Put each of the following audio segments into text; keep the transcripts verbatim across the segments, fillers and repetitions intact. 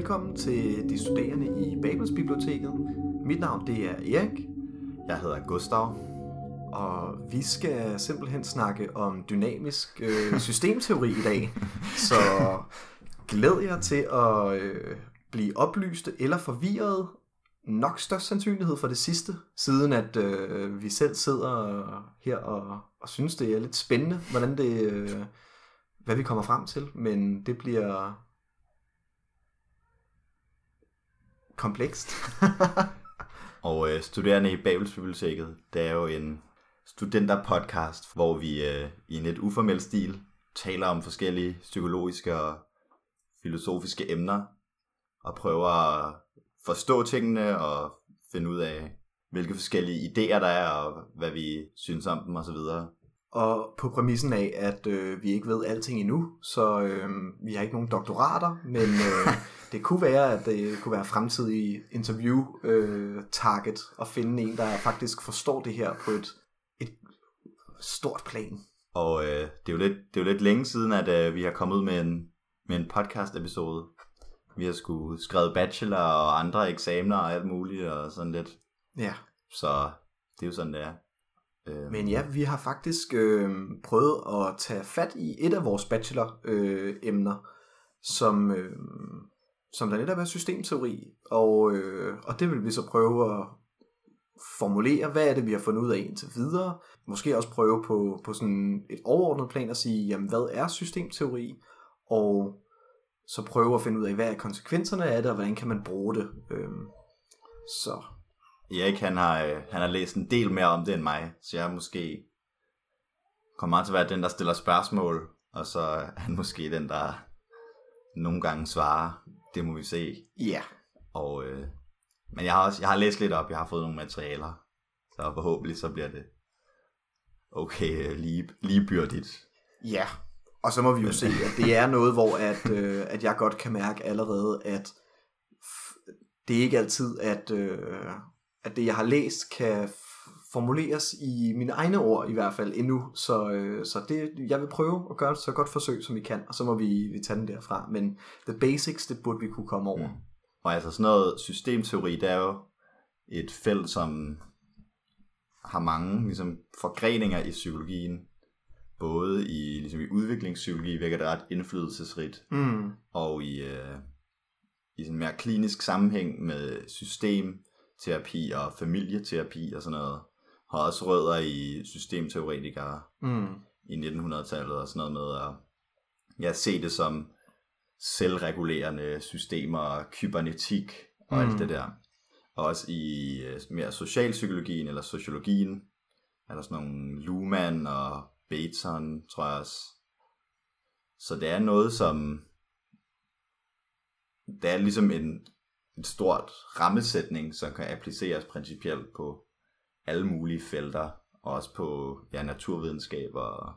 Velkommen til de studerende i Babelsbiblioteket. Mit navn det er Erik. Jeg hedder Gustav. Og vi skal simpelthen snakke om dynamisk øh, systemteori i dag. Så glæd jer til at øh, blive oplyste eller forvirret. Nok størst sandsynlighed for det sidste, siden at øh, vi selv sidder her og, og synes, det er lidt spændende, hvordan det, øh, hvad vi kommer frem til. Men det bliver komplekst. Og øh, studerende i Babelsbiblioteket, det er jo en studenterpodcast, hvor vi øh, i en lidt uformel stil taler om forskellige psykologiske og filosofiske emner, og prøver at forstå tingene og finde ud af, hvilke forskellige idéer der er, og hvad vi synes om dem osv. Og på præmissen af, at øh, vi ikke ved alting endnu, så øh, vi har ikke nogen doktorater, men øh, det kunne være, at det kunne være fremtidig interview-target øh, at finde en, der faktisk forstår det her på et, et stort plan. Og øh, det, er jo lidt, det er jo lidt længe siden, at øh, vi har kommet ud med en, med en podcast-episode. Vi har sgu skrevet bachelor og andre eksamener og alt muligt og sådan lidt. Ja. Så det er jo sådan, det er. Men ja, vi har faktisk øh, prøvet at tage fat i et af vores bachelor-emner, øh, som, øh, som der netop er systemteori. Og, øh, og det vil vi så prøve at formulere, hvad er det, vi har fundet ud af indtil videre. Måske også prøve på, på sådan et overordnet plan at sige, jamen hvad er systemteori? Og så prøve at finde ud af, hvad er konsekvenserne af det, og hvordan kan man bruge det. Øh, så... Erik, han har, han har læst en del mere om det end mig, så jeg er måske kommer meget til at være den, der stiller spørgsmål, og så er han måske den, der nogle gange svarer. Det må vi se. Ja. Yeah. Og, øh, men jeg har også jeg har læst lidt op, jeg har fået nogle materialer, så forhåbentlig så bliver det okay lige, ligebyrdigt. Ja, yeah. Og så må vi jo se, at det er noget, hvor at, øh, at jeg godt kan mærke allerede, at f- det er ikke altid, at... Øh, at det, jeg har læst, kan formuleres i mine egne ord i hvert fald endnu. Så, øh, så det, jeg vil prøve at gøre så godt forsøg, som vi kan, og så må vi, vi tage den derfra. Men the basics, det burde vi kunne komme over. Mm. Og altså sådan noget systemteori, det er jo et felt, som har mange ligesom, forgreninger i psykologien. Både i, ligesom i udviklingspsykologi, hvilket er ret indflydelsesrigt, mm. og i, øh, i sådan mere klinisk sammenhæng med system, terapi og familieterapi og sådan noget, har også rødder i systemteoretikere mm. i nittenhundredetallet og sådan noget med at ja, se det som selvregulerende systemer, kybernetik og mm. alt det der. Og også i mere socialpsykologien eller sociologien er der sådan nogle Luhmann og Bateson, tror jeg også. Så det er noget, som det er ligesom en en stort rammesætning, som kan appliceres principielt på alle mulige felter, og også på ja, naturvidenskab og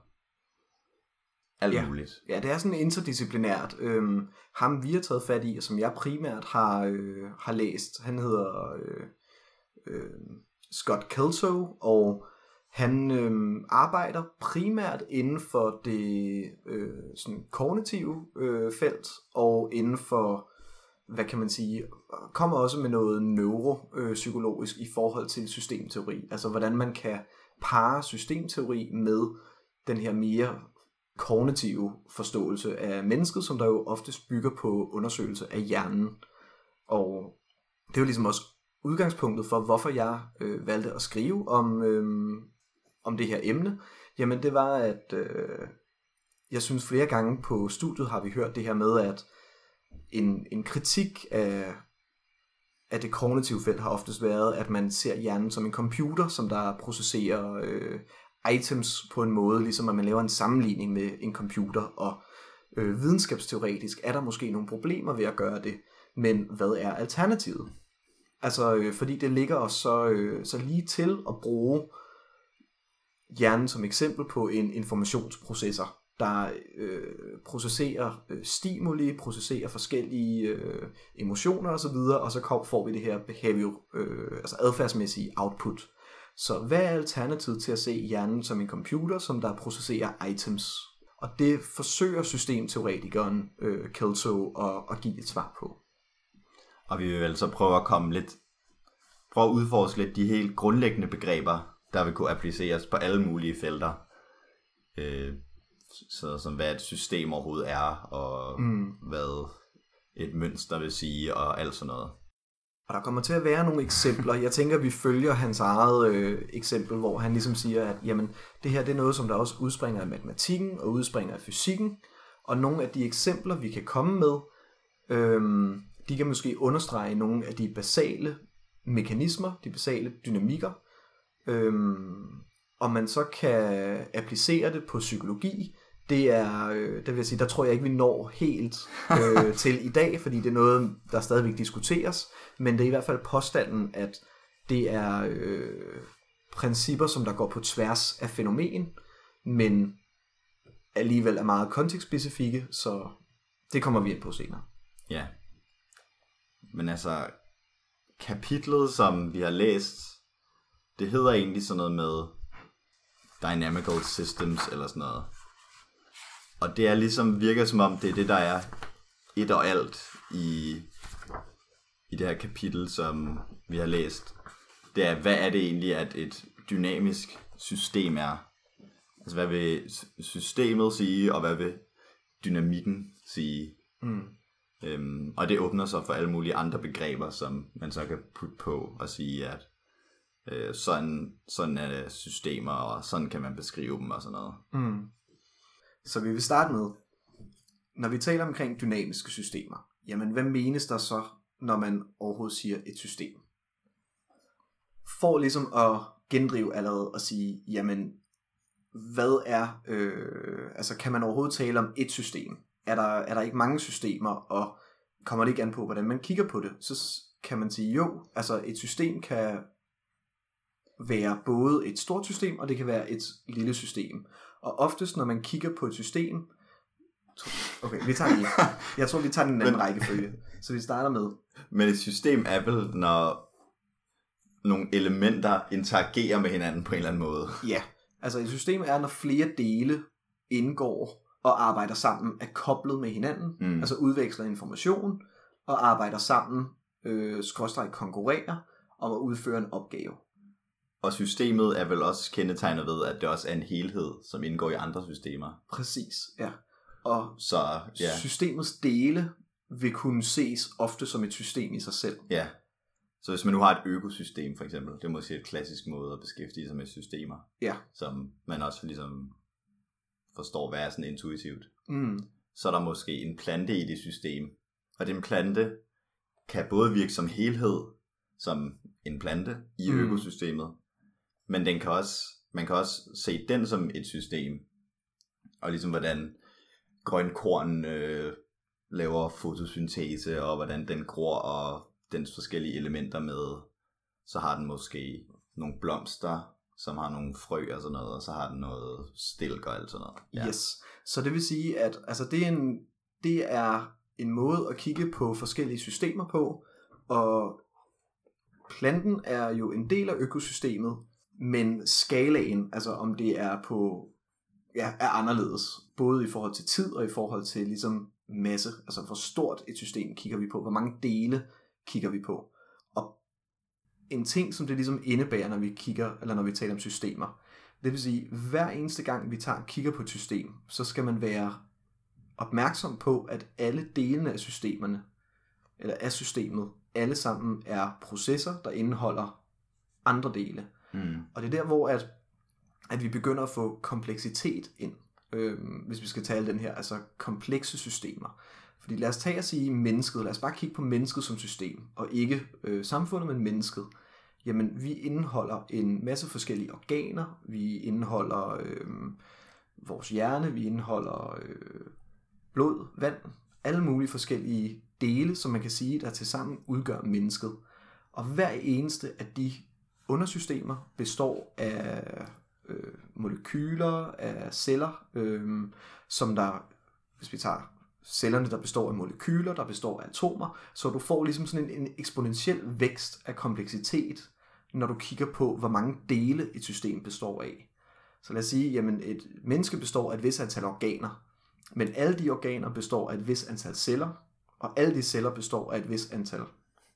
alt ja. muligt. Ja, det er sådan interdisciplinært. Øhm, ham vi har taget fat i, som jeg primært har, øh, har læst, han hedder øh, øh, Scott Kelso, og han øh, arbejder primært inden for det øh, sådan kognitive øh, felt, og inden for hvad kan man sige, kommer også med noget neuropsykologisk i forhold til systemteori. Altså hvordan man kan parre systemteori med den her mere kognitive forståelse af mennesket, som der jo oftest bygger på undersøgelse af hjernen. Og det er jo ligesom også udgangspunktet for, hvorfor jeg øh, valgte at skrive om, øh, om det her emne. Jamen det var, at øh, jeg synes flere gange på studiet har vi hørt det her med, at En, en kritik af, af det kognitive felt har oftest været, at man ser hjernen som en computer, som der processerer øh, items på en måde, ligesom at man laver en sammenligning med en computer, og øh, videnskabsteoretisk er der måske nogle problemer ved at gøre det, men hvad er alternativet? Altså, øh, fordi det ligger os så, øh, så lige til at bruge hjernen som eksempel på en informationsprocessor, der øh, processerer øh, stimuli, processerer forskellige øh, emotioner osv., og så kom, får vi det her behavior, øh, altså adfærdsmæssige output. Så hvad er alternativet til at se hjernen som en computer, som der processerer items? Og det forsøger systemteoretikeren øh, Kelso at, at give et svar på. Og vi vil vel så prøve at komme lidt, prøve at udforske lidt de helt grundlæggende begreber, der vil kunne appliceres på alle mulige felter. Øh, så som hvad et system overhovedet er, og mm. hvad et mønster vil sige, og alt sådan noget. Og der kommer til at være nogle eksempler. Jeg tænker, vi følger hans eget øh, eksempel, hvor han ligesom siger, at jamen, det her det er noget, som der også udspringer af matematikken og udspringer af fysikken. Og nogle af de eksempler, vi kan komme med, øh, de kan måske understrege nogle af de basale mekanismer, de basale dynamikker. Øh, og man så kan applicere det på psykologi. Det er, øh, det vil jeg sige, der tror jeg ikke, vi når helt øh, til i dag, fordi det er noget, der stadigvæk diskuteres. Men det er i hvert fald påstanden, at det er øh, principper, som der går på tværs af fænomen, men alligevel er meget kontekstspecifikke, så det kommer vi ind på senere. Ja. Men altså, kapitlet, som vi har læst, det hedder egentlig sådan noget med Dynamical Systems eller sådan noget. Og det er ligesom, virker som om, det er det, der er et og alt i, i det her kapitel, som vi har læst. Det er, hvad er det egentlig, at et dynamisk system er? Altså, hvad vil systemet sige, og hvad vil dynamikken sige? Mm. Øhm, og det åbner så for alle mulige andre begreber, som man så kan putte på og sige, at øh, sådan, sådan er systemer, og sådan kan man beskrive dem og sådan noget. Mm. Så vi vil starte med, når vi taler omkring dynamiske systemer, jamen hvad menes der så, når man overhovedet siger et system? For ligesom at gendrive allerede og sige, jamen hvad er, øh, altså kan man overhovedet tale om et system? Er der, er der ikke mange systemer, og kommer det ikke an på, hvordan man kigger på det? Så kan man sige jo, altså et system kan være både et stort system, og det kan være et lille system. Og oftest, når man kigger på et system... Okay, vi tager det. Jeg tror, vi tager den anden rækkefølge. Så vi starter med... Men et system er vel, når nogle elementer interagerer med hinanden på en eller anden måde. Ja, altså et system er, når flere dele indgår og arbejder sammen, er koblet med hinanden, mm. altså udveksler information, og arbejder sammen, øh, skråstreg konkurrerer, om at udføre en opgave. Og systemet er vel også kendetegnet ved, at det også er en helhed, som indgår i andre systemer. Præcis, ja. Og så, ja. Systemets dele vil kunne ses ofte som et system i sig selv. Ja, så hvis man nu har et økosystem for eksempel, det er måske et klassisk måde at beskæftige sig med systemer. Ja. Som man også ligesom forstår, hvad er sådan intuitivt. Mm. Så er der måske en plante i det system. Og den plante kan både virke som helhed, som en plante i mm. økosystemet, men den kan også, man kan også se den som et system, og ligesom hvordan grønkorn øh, laver fotosyntese, og hvordan den gror, og dens forskellige elementer med, så har den måske nogle blomster, som har nogle frø og sådan noget, og så har den noget stilk og alt sådan noget. Ja. Yes, så det vil sige, at altså, det, er en, det er en måde at kigge på forskellige systemer på, og planten er jo en del af økosystemet, men skalaen, altså om det er på, ja, er anderledes, både i forhold til tid og i forhold til ligesom masse, altså hvor stort et system kigger vi på, hvor mange dele kigger vi på. Og en ting, som det ligesom indebærer, når vi kigger, eller når vi taler om systemer, det vil sige, hver eneste gang vi tager kigger på et system, så skal man være opmærksom på, at alle delene af systemerne, eller af systemet, alle sammen er processer, der indeholder andre dele. Mm. Og det er der, hvor at, at vi begynder at få kompleksitet ind, øh, hvis vi skal tale den her, altså komplekse systemer. Fordi lad os tage og sige mennesket, lad os bare kigge på mennesket som system, og ikke øh, samfundet, men mennesket. Jamen, vi indeholder en masse forskellige organer, vi indeholder øh, vores hjerne, vi indeholder øh, blod, vand, alle mulige forskellige dele, som man kan sige, der tilsammen udgør mennesket. Og hver eneste af de undersystemer består af øh, molekyler, af celler, øh, som der, hvis vi tager cellerne, der består af molekyler, der består af atomer, så du får ligesom sådan en, en eksponentiel vækst af kompleksitet, når du kigger på, hvor mange dele et system består af. Så lad os sige, jamen et menneske består af et vis antal organer, men alle de organer består af et vis antal celler, og alle de celler består af et vis antal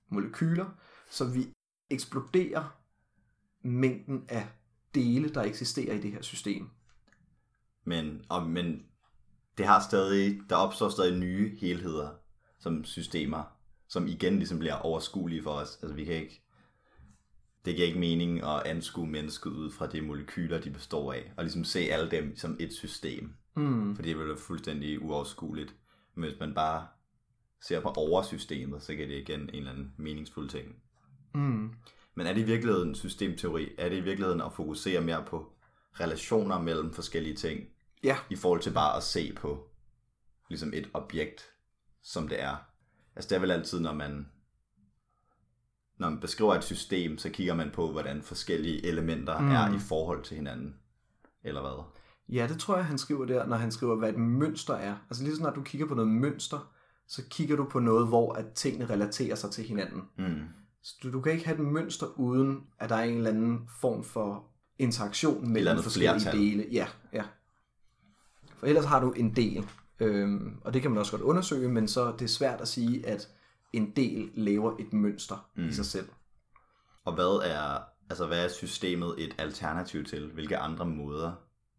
molekyler, så vi eksploderer mængden af dele, der eksisterer i det her system. Men, og, men det har stadig, der opstår stadig nye helheder som systemer, som igen ligesom bliver overskuelige for os. Altså vi kan ikke, det giver ikke mening at anskue mennesket ud fra de molekyler, de består af, og ligesom se alle dem som et system. Mm. For det vil være fuldstændig uoverskueligt. Men hvis man bare ser på oversystemet, så kan det igen en eller anden meningsfuld ting. Mm. Men er det i virkeligheden systemteori? Er det i virkeligheden at fokusere mere på relationer mellem forskellige ting? Ja. I forhold til bare at se på ligesom et objekt, som det er. Altså det er vel altid, når man når man beskriver et system, så kigger man på, hvordan forskellige elementer mm. er i forhold til hinanden. Eller hvad? Ja, det tror jeg, han skriver der, når han skriver, hvad et mønster er. Altså lige så når du kigger på noget mønster, så kigger du på noget, hvor at tingene relaterer sig til hinanden. Mm. Så du, du kan ikke have et mønster, uden at der er en eller anden form for interaktion mellem forskellige flertal. Dele. Ja, ja. For ellers har du en del, øhm, og det kan man også godt undersøge, men så det er svært at sige, at en del laver et mønster mm. i sig selv. Og hvad er, altså hvad er systemet et alternativ til? Hvilke andre måder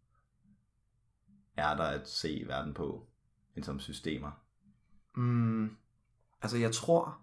er der at se verden på, end som systemer? Mm, altså jeg tror,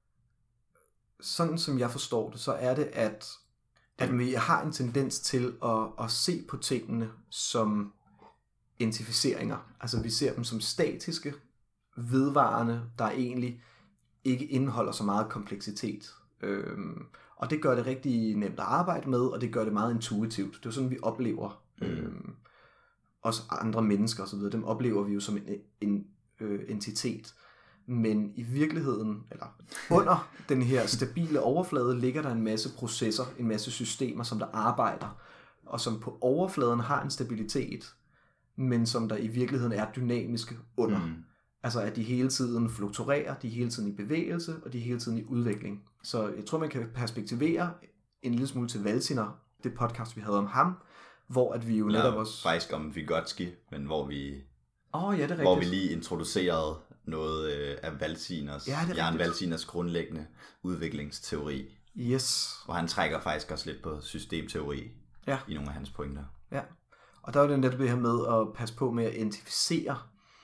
sådan som jeg forstår det, så er det, at, at vi har en tendens til at, at se på tingene som entificeringer. Altså vi ser dem som statiske, vedvarende, der egentlig ikke indeholder så meget kompleksitet. Øhm, og det gør det rigtig nemt at arbejde med, og det gør det meget intuitivt. Det er sådan, vi oplever mm. øhm, også andre mennesker osv. Dem oplever vi jo som en, en øh, entitet. Men i virkeligheden, eller under den her stabile overflade, ligger der en masse processer, en masse systemer, som der arbejder, og som på overfladen har en stabilitet, men som der i virkeligheden er dynamiske under. Mm. Altså at de hele tiden fluktuerer, de er hele tiden i bevægelse, og de er hele tiden i udvikling. Så jeg tror, man kan perspektivere en lille smule til Valtiner, det podcast, vi havde om ham, hvor at vi jo netop også... Faktisk om Vygotsky, men hvor vi... Oh, ja, det er hvor vi lige introducerede noget øh, af Valtiners, ja, Jan Valtiners grundlæggende udviklingsteori. Yes. Og han trækker faktisk også lidt på systemteori ja. i nogle af hans pointer. Ja, og der er jo netop det her med at passe på med at identificere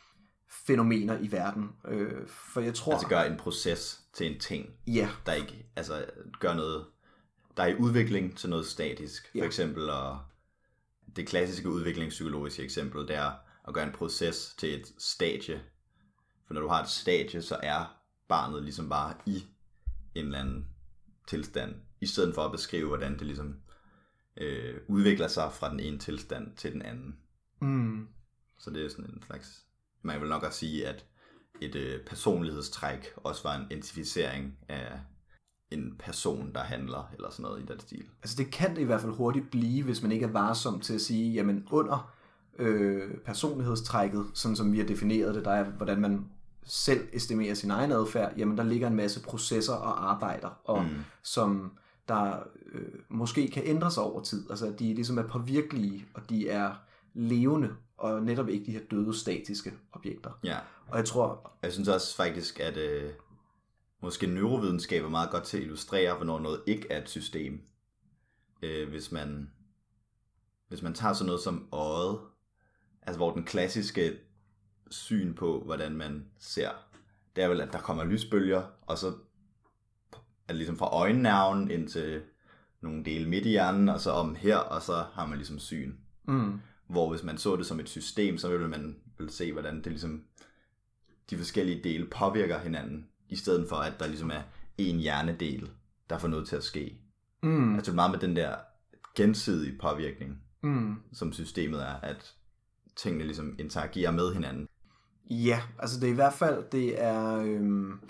fænomener i verden. Øh, for jeg tror... Altså gøre en proces til en ting, ja. der ikke, altså gør noget, der er i udvikling til noget statisk. Ja. For eksempel, og det klassiske udviklingspsykologiske eksempel, det er at gøre en proces til et stadie. For når du har et stadie, så er barnet ligesom bare i en eller anden tilstand, i stedet for at beskrive, hvordan det ligesom øh, udvikler sig fra den ene tilstand til den anden. Mm. Så det er sådan en slags... Man vil nok også sige, at et øh, personlighedstræk også var en identificering af en person, der handler, eller sådan noget i den stil. Altså det kan det i hvert fald hurtigt blive, hvis man ikke er varsom til at sige, jamen under øh, personlighedstrækket, sådan som vi har defineret det, der er, hvordan man selv estimerer sin egen adfærd, jamen der ligger en masse processer og arbejder, og mm. som der øh, måske kan ændre sig over tid. Altså de ligesom er påvirkelige, og de er levende, og netop ikke de her døde statiske objekter. Ja. Og jeg tror... Jeg synes også faktisk, at øh, måske neurovidenskab er meget godt til at illustrere, hvornår noget ikke er et system. Øh, hvis man hvis man tager sådan noget som øjet, altså hvor den klassiske syn på, hvordan man ser, det er vel, at der kommer lysbølger, og så er det ligesom fra øjennerven ind til nogle dele midt i hjernen, og så om her, og så har man ligesom syn. Mm. Hvor hvis man så det som et system, så ville man ville se, hvordan det ligesom, de forskellige dele påvirker hinanden, i stedet for at der ligesom er en hjernedel, der får noget til at ske. Mm. Altså meget med den der gensidige påvirkning, mm. som systemet er, at tingene ligesom interagerer med hinanden. Ja, altså det er i hvert fald, det er, øhm,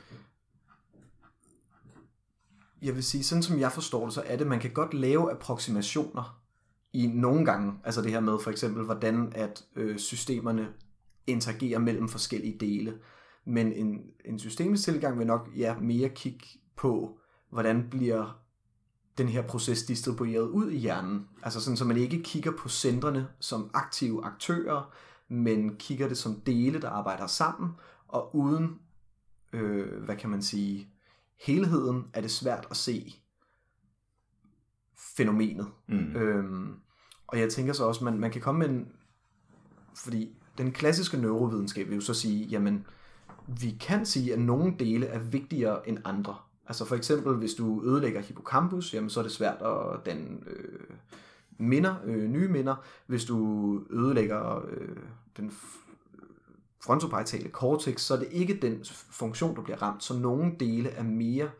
jeg vil sige, sådan som jeg forstår det, så er det, man kan godt lave approximationer i nogle gange, altså det her med for eksempel, hvordan at øh, systemerne interagerer mellem forskellige dele. Men en, en systemisk tilgang vil nok ja, mere kigge på, hvordan bliver den her proces distribueret ud i hjernen. Altså sådan, så man ikke kigger på centrene som aktive aktører, men kigger det som dele, der arbejder sammen, og uden, øh, hvad kan man sige, helheden er det svært at se fænomenet. Mm. Øhm, og jeg tænker så også, man, man kan komme med en, fordi den klassiske neurovidenskab vil jo så sige, jamen, vi kan sige, at nogle dele er vigtigere end andre. Altså for eksempel, hvis du ødelægger hippocampus, jamen så er det svært at danne øh, minder, øh, nye minder. Hvis du ødelægger øh, den frontoparietale cortex, så er det ikke den funktion, der bliver ramt. Så nogle dele er mere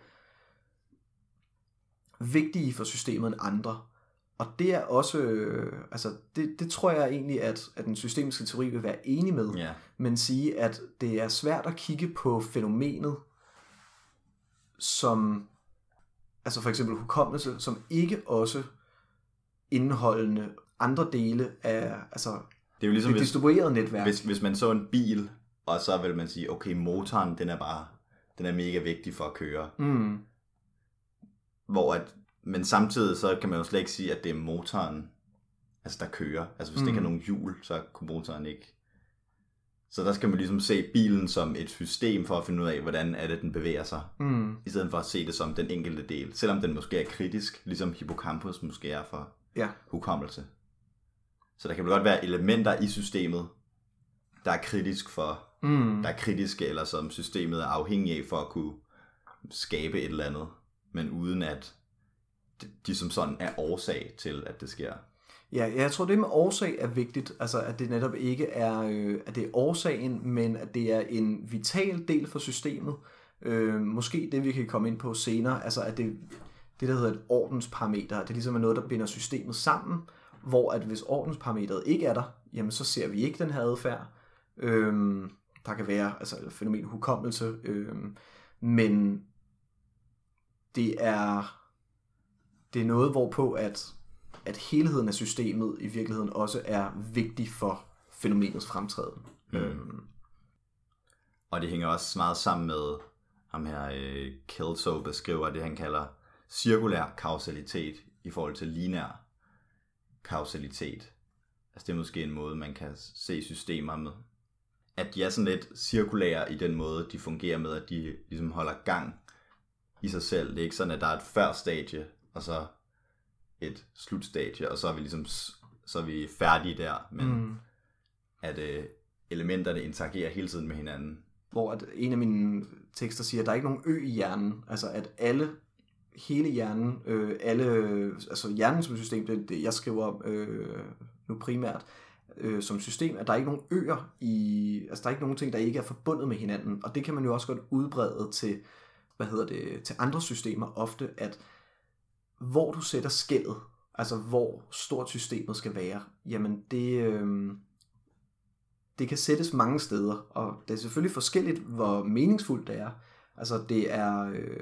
vigtige for systemet end andre. Og det er også, øh, altså det, det tror jeg egentlig, at, at den systemiske teori vil være enig med, yeah. men sige, at det er svært at kigge på fænomenet, som, altså for eksempel hukommelse, som ikke også indeholdende andre dele af, altså det er jo ligesom, det distribuerede netværk. Hvis, hvis man så en bil, og så vil man sige, okay, motoren, den er bare, den er mega vigtig for at køre. Mm. Hvor at, men samtidig så kan man jo slet ikke sige, at det er motoren, altså der kører. Altså hvis mm. det ikke er nogen hjul, så kunne motoren ikke. Så der skal man ligesom se bilen som et system for at finde ud af, hvordan er det, den bevæger sig. Mm. I stedet for at se det som den enkelte del. Selvom den måske er kritisk, ligesom hippocampus måske er for ja. hukommelse. Så der kan godt være elementer i systemet, der er kritisk for, mm. der er kritiske, eller som systemet er afhængig af for at kunne skabe et eller andet, men uden at de som sådan er årsag til, at det sker. Ja, jeg tror, det med årsag er vigtigt, altså at det netop ikke er, øh, at det er årsagen, men at det er en vital del for systemet. Øh, måske det, vi kan komme ind på senere, altså at det, det der hedder et ordensparameter, det ligesom er noget, der binder systemet sammen, hvor at hvis ordensparameteret ikke er der, jamen så ser vi ikke den her adfærd. Øh, der kan være altså fænomen hukommelse, øh, men det er det er noget, hvorpå at at helheden af systemet i virkeligheden også er vigtig for fænomenets fremtræden. Mm. Øhm. Og det hænger også meget sammen med ham her, uh, Kelso beskriver det, han kalder cirkulær kausalitet i forhold til linær kausalitet. Altså det er måske en måde, man kan se systemer med. At de er sådan lidt cirkulære i den måde, de fungerer med, at de ligesom holder gang i sig selv. Det er ikke sådan, at der er et før stadie, og så et slutstadie, og så er vi ligesom så er vi færdige der, men mm. at øh, elementerne interagerer hele tiden med hinanden. Hvor at en af mine tekster siger, at der er ikke nogen ø i hjernen, altså at alle, hele hjernen, øh, alle, altså hjernen som system, det, det jeg skriver øh, nu primært, øh, som system, at der er ikke nogen øer i, altså der er ikke nogen ting, der ikke er forbundet med hinanden, og det kan man jo også godt udbrede til, hvad hedder det, til andre systemer ofte, at hvor du sætter skellet, altså hvor stort systemet skal være, jamen det, øh, det kan sættes mange steder, og det er selvfølgelig forskelligt, hvor meningsfuldt det er. Altså det er øh,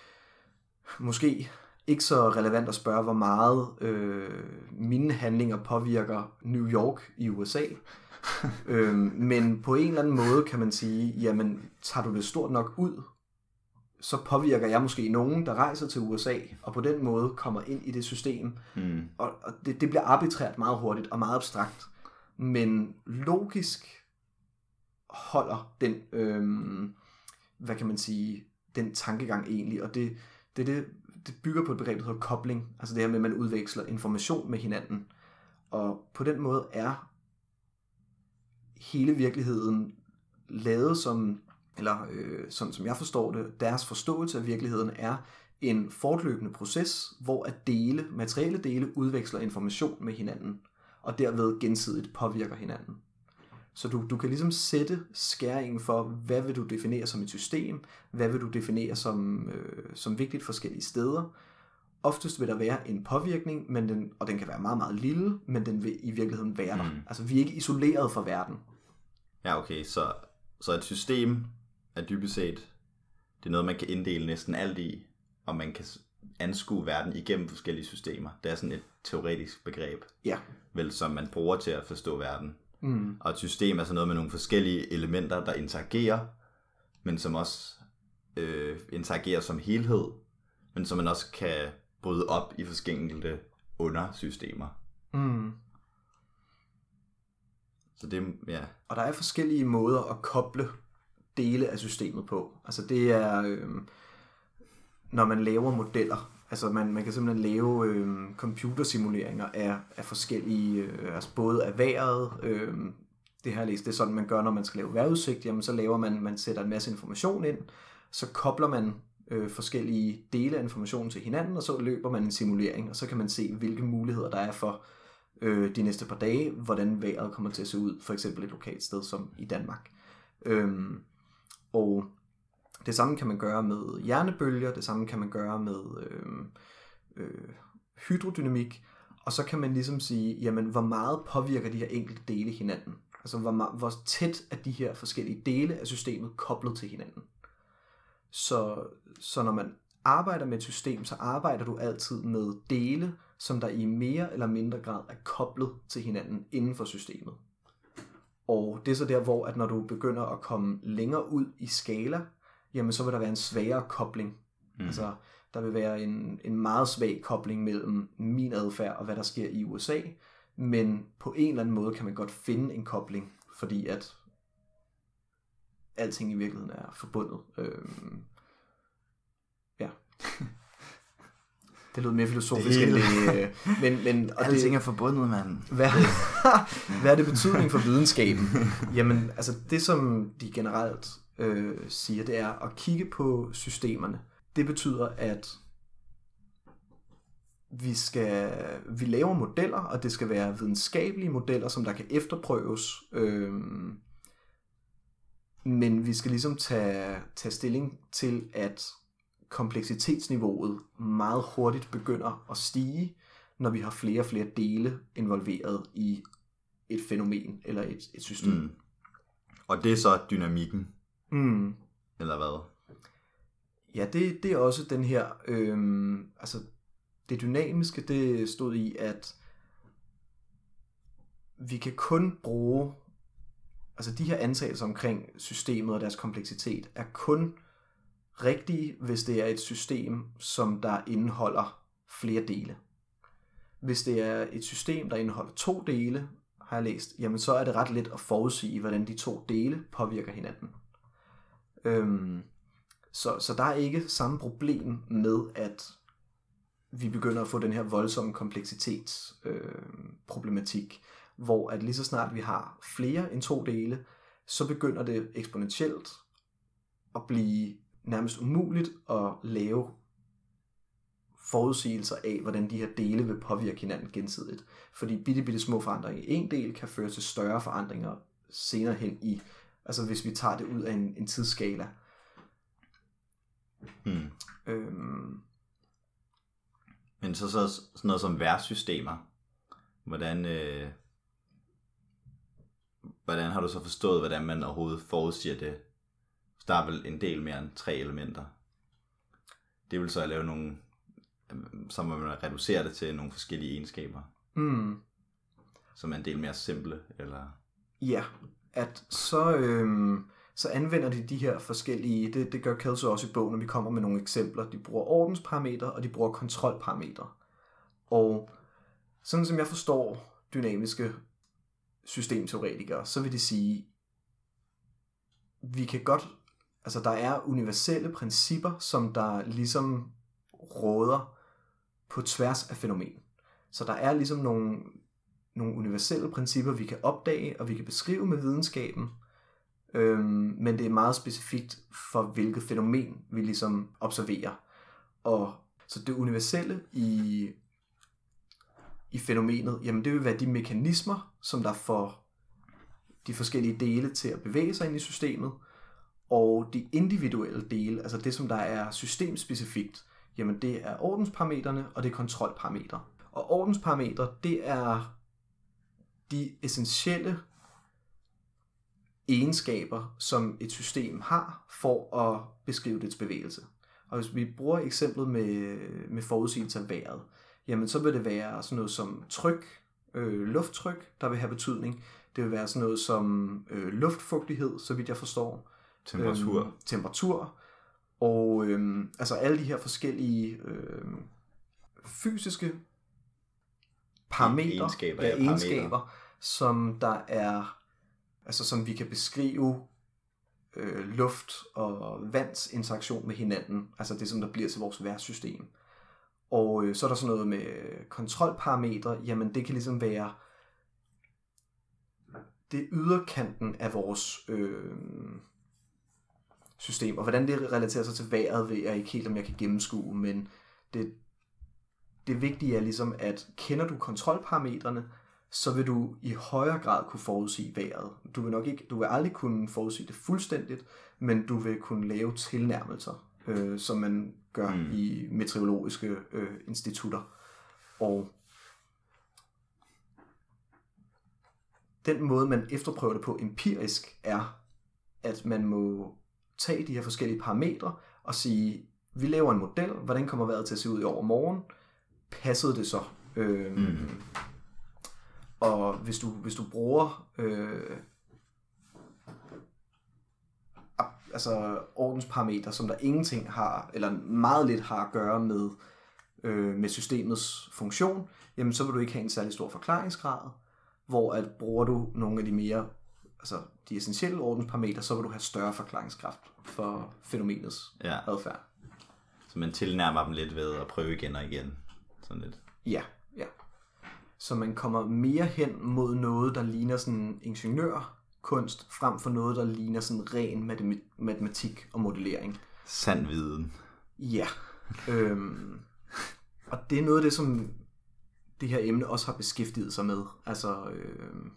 måske ikke så relevant at spørge, hvor meget øh, mine handlinger påvirker New York i U S A. øh, men på en eller anden måde kan man sige, jamen tager du det stort nok ud, så påvirker jeg måske nogen, der rejser til U S A, og på den måde kommer ind i det system. Mm. Og, og det, det bliver arbitrært meget hurtigt og meget abstrakt. Men logisk holder den, øhm, hvad kan man sige, den tankegang egentlig. Og det, det, det, det bygger på et begreb, der hedder kobling. Altså det her med, at man udveksler information med hinanden. Og på den måde er hele virkeligheden lavet som... eller øh, sådan som jeg forstår det, deres forståelse af virkeligheden er en fortløbende proces, hvor at dele, materielle dele udveksler information med hinanden, og derved gensidigt påvirker hinanden. Så du, du kan ligesom sætte skæringen for, hvad vil du definere som et system, hvad vil du definere som, øh, som vigtigt forskellige steder. Oftest vil der være en påvirkning, men den, og den kan være meget, meget lille, men den vil i virkeligheden være der. Mm. Altså vi er ikke isoleret fra verden. Ja, okay, så, så et system er dybest set, det er noget, man kan inddele næsten alt i, og man kan anskue verden igennem forskellige systemer. Det er sådan et teoretisk begreb, ja. Vel, som man bruger til at forstå verden. Mm. Og et system er sådan noget med nogle forskellige elementer, der interagerer, men som også øh, interagerer som helhed, men som man også kan bryde op i forskellige undersystemer. Mm. Så det, ja. Og der er forskellige måder at koble dele af systemet på. Altså det er, øh, når man laver modeller. Altså man, man kan simpelthen lave øh, computersimuleringer af, af forskellige, øh, altså både af vejret, øh, det her læst, det er sådan, man gør, når man skal lave vejrudsigt, jamen så laver man, man sætter en masse information ind, så kobler man øh, forskellige dele af informationen til hinanden, og så løber man en simulering, og så kan man se, hvilke muligheder der er for øh, de næste par dage, hvordan vejret kommer til at se ud, for eksempel et lokalt sted som i Danmark. Øhm, og det samme kan man gøre med hjernebølger, det samme kan man gøre med øh, øh, hydrodynamik, og så kan man ligesom sige, jamen hvor meget påvirker de her enkelte dele hinanden? Altså hvor, meget, hvor tæt er de her forskellige dele af systemet koblet til hinanden? Så, så når man arbejder med et system, så arbejder du altid med dele, som der i mere eller mindre grad er koblet til hinanden inden for systemet. Og det er så der, hvor at når du begynder at komme længere ud i skala, jamen så vil der være en svagere kobling. Mm. Altså der vil være en, en meget svag kobling mellem min adfærd og hvad der sker i U S A, men på en eller anden måde kan man godt finde en kobling, fordi at alting i virkeligheden er forbundet. Øhm, ja. Det lød mere filosofisk end det. Men, men, og alting det, er forbundet, mand. Hvad, hvad er det betydning for videnskaben? Jamen, altså det som de generelt øh, siger, det er at kigge på systemerne. Det betyder, at vi skal vi laver modeller, og det skal være videnskabelige modeller, som der kan efterprøves. Øh, men vi skal ligesom tage, tage stilling til, at kompleksitetsniveauet meget hurtigt begynder at stige, når vi har flere og flere dele involveret i et fænomen eller et, et system. Mm. Og det er så dynamikken? Mm. Eller hvad? Ja, det, det er også den her, øhm, altså det dynamiske, det stod i, at vi kan kun bruge, altså de her antagelser omkring systemet og deres kompleksitet, er kun rigtige, hvis det er et system, som der indeholder flere dele. Hvis det er et system, der indeholder to dele, har jeg læst, jamen så er det ret let at forudsige, hvordan de to dele påvirker hinanden. Øhm, så, så der er ikke samme problem med, at vi begynder at få den her voldsomme kompleksitetsproblematik, øh, hvor at lige så snart vi har flere end to dele, så begynder det eksponentielt at blive nærmest umuligt at lave forudsigelser af, hvordan de her dele vil påvirke hinanden gensidigt. Fordi bitte, bitte små forandringer i en del kan føre til større forandringer senere hen i, altså hvis vi tager det ud af en, en tidsskala. Hmm. Øhm. Men så, så sådan noget som værtssystemer, hvordan, øh, hvordan har du så forstået, hvordan man overhovedet forudsiger det? Der er vel en del mere end tre elementer. Det vil så at lave nogle, så må man reducere det til nogle forskellige egenskaber. Mm. Som er en del mere simple, eller? Ja, at så, øhm, så anvender de de her forskellige, det, det gør Kelso også i bogen, når vi kommer med nogle eksempler. De bruger ordensparametre, og de bruger kontrolparametre. Og sådan som jeg forstår dynamiske systemteoretikere, så vil de sige, vi kan godt, altså der er universelle principper, som der ligesom råder på tværs af fænomen. Så der er ligesom nogle, nogle universelle principper, vi kan opdage, og vi kan beskrive med videnskaben, øhm, men det er meget specifikt for, hvilket fænomen vi ligesom observerer. Og så det universelle i, i fænomenet, jamen det vil være de mekanismer, som der får de forskellige dele til at bevæge sig ind i systemet, og de individuelle dele, altså det som der er systemspecifikt, jamen det er ordensparametrene, og det er kontrolparametre. Og ordensparametre, det er de essentielle egenskaber, som et system har for at beskrive dets bevægelse. Og hvis vi bruger eksemplet med, med forudsigelse af vejret, jamen så vil det være sådan noget som tryk, øh, lufttryk, der vil have betydning. Det vil være sådan noget som øh, luftfugtighed, så vidt jeg forstår. Temperatur. Øhm, temperatur. Og øhm, altså alle de her forskellige øhm, fysiske parametre, egenskaber, ja, ja, egenskaber som der er, altså som vi kan beskrive øh, luft og vands interaktion med hinanden, altså det, som der bliver til vores vejrsystem. Og øh, så er der sådan noget med kontrolparametre, jamen det kan ligesom være det yderkanten af vores øh, system, og hvordan det relaterer sig til vejret, ved jeg ikke helt, om jeg kan gennemskue, men det, det vigtige er ligesom, at kender du kontrolparametrene, så vil du i højere grad kunne forudsige vejret. Du vil nok ikke, du vil aldrig kunne forudsige det fuldstændigt, men du vil kunne lave tilnærmelser, øh, som man gør mm. i meteorologiske øh, institutter. Og den måde, man efterprøver det på empirisk, er, at man må tage de her forskellige parametre og sige, vi laver en model, hvordan kommer vejret til at se ud i overmorgen? Passede det så? Øh, mm. Og hvis du, hvis du bruger øh, altså ordensparametre, som der ingenting har, eller meget lidt har at gøre med, øh, med systemets funktion, jamen så vil du ikke have en særlig stor forklaringsgrad, hvor at bruger du nogle af de mere, altså de essentielle ordensparametre, så vil du have større forklaringskraft for fænomenets ja. adfærd. Så man tilnærmer dem lidt ved at prøve igen og igen, sådan lidt. Ja, ja. Så man kommer mere hen mod noget, der ligner sådan ingeniørkunst, frem for noget, der ligner sådan ren matematik og modellering. Sand viden. Ja. øhm, og det er noget af det, som det her emne også har beskæftiget sig med. Altså øhm,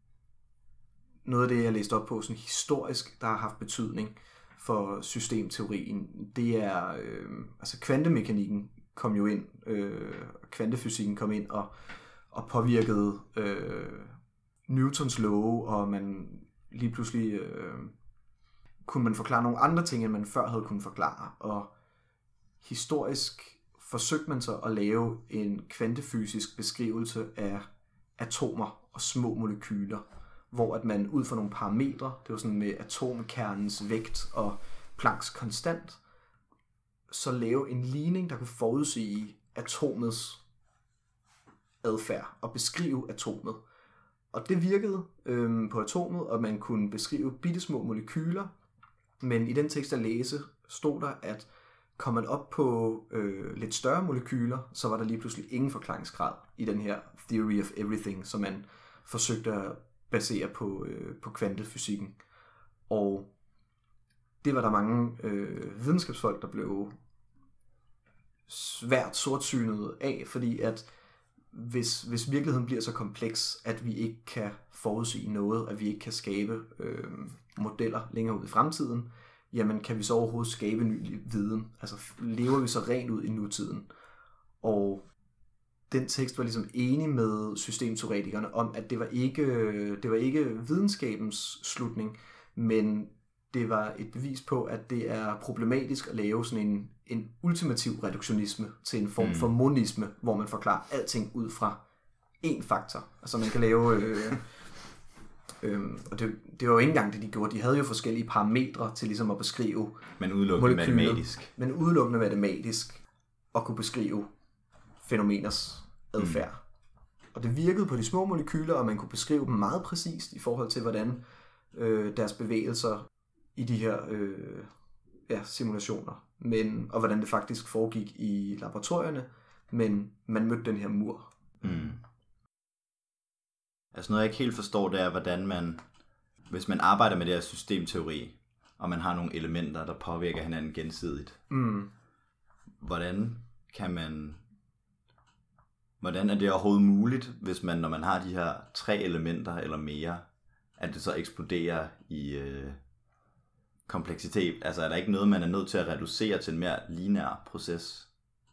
noget af det, jeg læste op på sådan historisk, der har haft betydning for systemteorien, det er øhm, altså kvantemekanikken kom jo ind, øh, kvantefysikken kom ind og og påvirkede øh, Newtons love, og man lige pludselig øh, kunne man forklare nogle andre ting, end man før havde kunnet forklare. Og historisk forsøgte man så at lave en kvantefysisk beskrivelse af atomer og små molekyler, hvor at man ud fra nogle parametre, det var sådan med atomkernens vægt og Plancks konstant, så lave en ligning, der kunne forudsige atomets adfærd og beskrive atomet. Og det virkede øhm, på atomet, og man kunne beskrive bittesmå molekyler, men i den tekst, jeg læste, stod der, at kom man op på øh, lidt større molekyler, så var der lige pludselig ingen forklaringsgrad i den her theory of everything, som man forsøgte at basere på, øh, på kvantefysikken. Og det var der mange øh, videnskabsfolk, der blev svært sortsynet af, fordi at Hvis, hvis virkeligheden bliver så kompleks, at vi ikke kan forudsige noget, at vi ikke kan skabe øh, modeller længere ud i fremtiden, jamen kan vi så overhovedet skabe ny viden? Altså lever vi så rent ud i nutiden? Og den tekst var ligesom enig med systemteoretikerne om, at det var ikke, det var ikke videnskabens slutning, men det var et bevis på, at det er problematisk at lave sådan en, en ultimativ reduktionisme til en form mm. for monisme, hvor man forklarer alting ud fra én faktor. Altså man kan lave... Øh, øh, og det, det var jo ikke engang det, de gjorde. De havde jo forskellige parametre til ligesom at beskrive men udelukkende matematisk. Men udelukkende matematisk og kunne beskrive fænomeners adfærd. Mm. Og det virkede på de små molekyler, og man kunne beskrive dem meget præcist i forhold til, hvordan øh, deres bevægelser i de her øh, ja, simulationer, men, og hvordan det faktisk foregik i laboratorierne, men man mødte den her mur. Mm. Altså noget, jeg ikke helt forstår, det er, hvordan man, hvis man arbejder med det her systemteori, og man har nogle elementer, der påvirker hinanden gensidigt, mm. hvordan kan man, hvordan er det overhovedet muligt, hvis man, når man har de her tre elementer eller mere, at det så eksploderer i øh, kompleksitet? Altså er der ikke noget, man er nødt til at reducere til en mere lineær proces?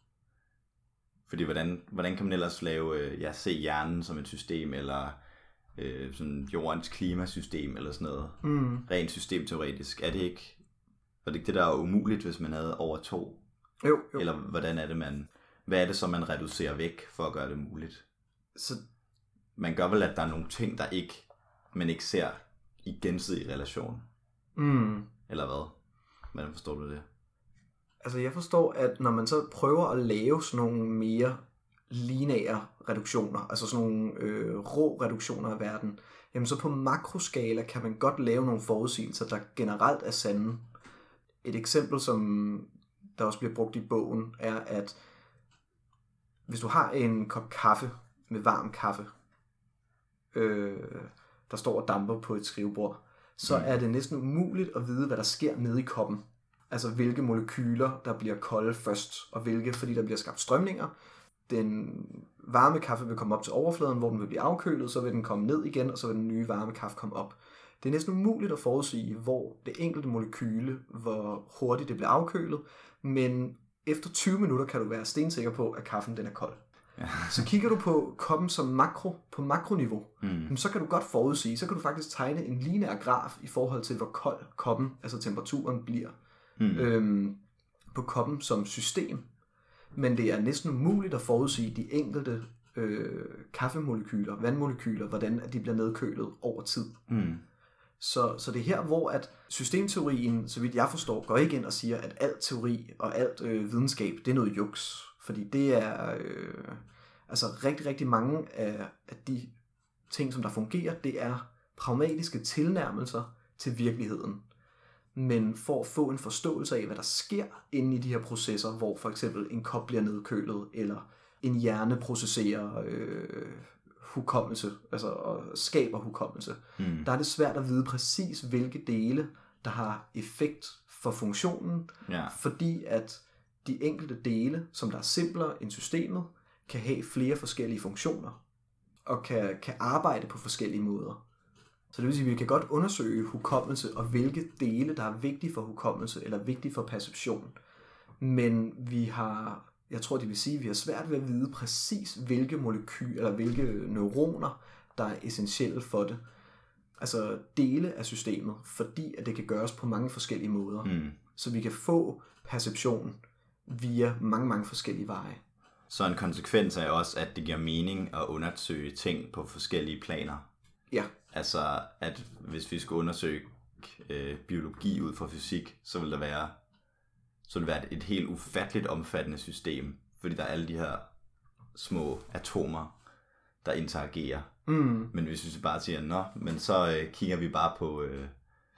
Fordi hvordan, hvordan kan man ellers lave, øh, ja, se hjernen som et system, eller øh, sådan jordens klimasystem, eller sådan noget, mm. rent systemteoretisk? Er det ikke, var det ikke det, der er umuligt, hvis man havde over to? Jo, jo. Eller hvordan er det, man, hvad er det så, man reducerer væk, for at gøre det muligt? Så man gør vel, at der er nogle ting, der ikke, man ikke ser i gensidig relation? Mm. Eller hvad? Hvordan forstår du det? Altså jeg forstår, at når man så prøver at lave sådan nogle mere lineære reduktioner, altså sådan nogle øh, rå reduktioner af verden, jamen så på makroskala kan man godt lave nogle forudsigelser, der generelt er sande. Et eksempel, som der også bliver brugt i bogen, er, at hvis du har en kop kaffe med varm kaffe, øh, der står og damper på et skrivebord, så er det næsten umuligt at vide, hvad der sker nede i koppen. Altså hvilke molekyler, der bliver kolde først, og hvilke, fordi der bliver skabt strømninger. Den varme kaffe vil komme op til overfladen, hvor den vil blive afkølet, så vil den komme ned igen, og så vil den nye varme kaffe komme op. Det er næsten umuligt at forudsige, hvor det enkelte molekyle, hvor hurtigt det bliver afkølet, men efter tyve minutter kan du være stensikker på, at kaffen den er kold. Ja. Så kigger du på koppen som makro, på makroniveau, mm. så kan du godt forudsige, så kan du faktisk tegne en lineær graf i forhold til, hvor kold koppen, altså temperaturen bliver mm. øhm, på koppen som system. Men det er næsten umuligt at forudsige de enkelte øh, kaffemolekyler, vandmolekyler, hvordan de bliver nedkølet over tid. Mm. Så, så det er her, hvor at systemteorien, så vidt jeg forstår, går ikke ind og siger, at alt teori og alt øh, videnskab, det er noget juks. Fordi det er øh, altså rigtig, rigtig mange af, af de ting, som der fungerer, det er pragmatiske tilnærmelser til virkeligheden. Men for at få en forståelse af, hvad der sker inde i de her processer, hvor for eksempel en kop bliver nedkølet, eller en hjerne processerer øh, hukommelse, altså og skaber hukommelse, mm. der er det svært at vide præcis, hvilke dele, der har effekt for funktionen, yeah. fordi at de enkelte dele, som der er simplere end systemet, kan have flere forskellige funktioner, og kan, kan arbejde på forskellige måder. Så det vil sige, at vi kan godt undersøge hukommelse, og hvilke dele, der er vigtige for hukommelse, eller vigtige for perception. Men vi har, jeg tror det vil sige, at vi har svært ved at vide præcis, hvilke molekyler, eller hvilke neuroner, der er essentielle for det. Altså dele af systemet, fordi at det kan gøres på mange forskellige måder. Mm. Så vi kan få perception via mange, mange forskellige veje. Så en konsekvens er også, at det giver mening at undersøge ting på forskellige planer. Ja. Altså, at hvis vi skulle undersøge øh, biologi ud fra fysik, så vil der være, så vil det være et, et helt ufatteligt omfattende system, fordi der er alle de her små atomer, der interagerer. Mm. Men hvis vi bare siger, nå, men så øh, kigger vi bare på øh,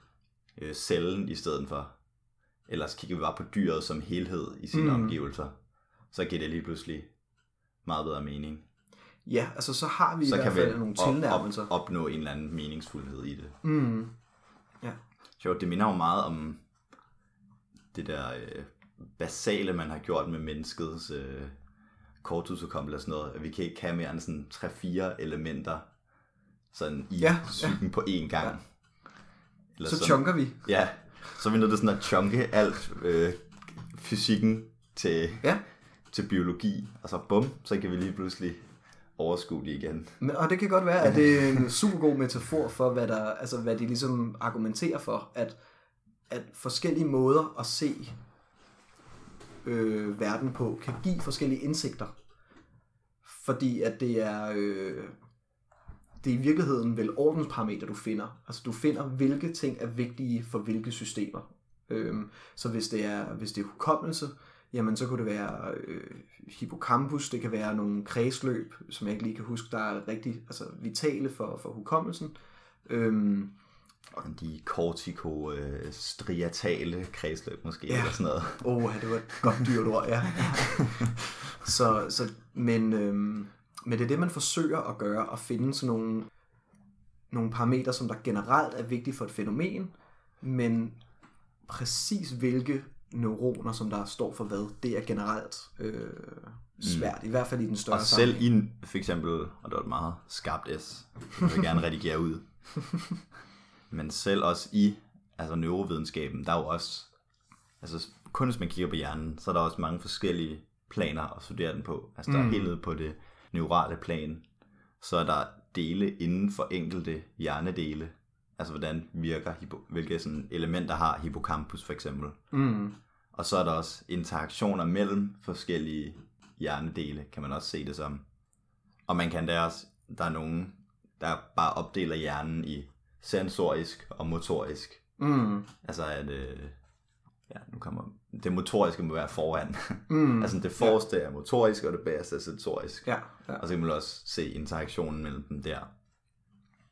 øh, cellen i stedet for, ellers kigger vi bare på dyret som helhed i sine mm. omgivelser, så giver det lige pludselig meget bedre mening. Ja, altså så har vi så i hvert fald nogle tilnærmelser. Op, opnå en eller anden meningsfuldhed i det. Mm. Ja. Sjovt, det minder jo meget om det der øh, basale, man har gjort med menneskets øh, korttidshukommelse og sådan noget, at vi kan ikke have mere end sådan tre-fire elementer sådan i ja, psyken ja. på én gang. Ja. Eller så sådan, chunker vi. Ja, så er vi nødt til sådan at chunke alt øh, fysikken til, ja. til biologi, og så bum, så kan vi lige pludselig overskue det igen. Men, og det kan godt være, at det er en super god metafor for, hvad, der, altså, hvad de ligesom argumenterer for, at, at forskellige måder at se øh, verden på, kan give forskellige indsigter. Fordi at det er, øh, det er i virkeligheden vel ordensparameter, du finder. Altså du finder, hvilke ting er vigtige for hvilke systemer. Øh, så hvis det er, hvis det er hukommelse, jamen så kunne det være øh, hippocampus, det kan være nogle kredsløb, som jeg ikke lige kan huske, der er rigtig altså, vitale for, for hukommelsen. Øhm, og de kortiko-striatale kredsløb måske, ja. Eller sådan noget. Åh, oh, det var et godt dyrt ord, ja. så, så, men, øhm, men det er det, man forsøger at gøre, at finde sådan nogle, nogle parametre, som der generelt er vigtige for et fænomen, men præcis hvilke neuroner, som der står for hvad, det er generelt øh, svært, mm. i hvert fald i den større og selv i for eksempel, og det var et meget skarpt S, jeg vil gerne redigere ud, men selv også i altså neurovidenskaben, der er jo også, altså kun hvis man kigger på hjernen, så er der også mange forskellige planer at studere den på. Altså der mm. er helt nede på det neurale plan, så er der dele inden for enkelte hjernedele. Altså hvordan virker, hvilke sådan elementer har hippocampus for eksempel. Mm. Og så er der også interaktioner mellem forskellige hjernedele, kan man også se det som. Og man kan der også, der er nogen, der bare opdeler hjernen i sensorisk og motorisk. Mm. Altså at, øh, ja, nu kommer, det motoriske må være foran. Mm. Altså det forreste ja. er motorisk, og det bagerste er sensorisk. Ja, ja. Og så kan man også se interaktionen mellem dem der.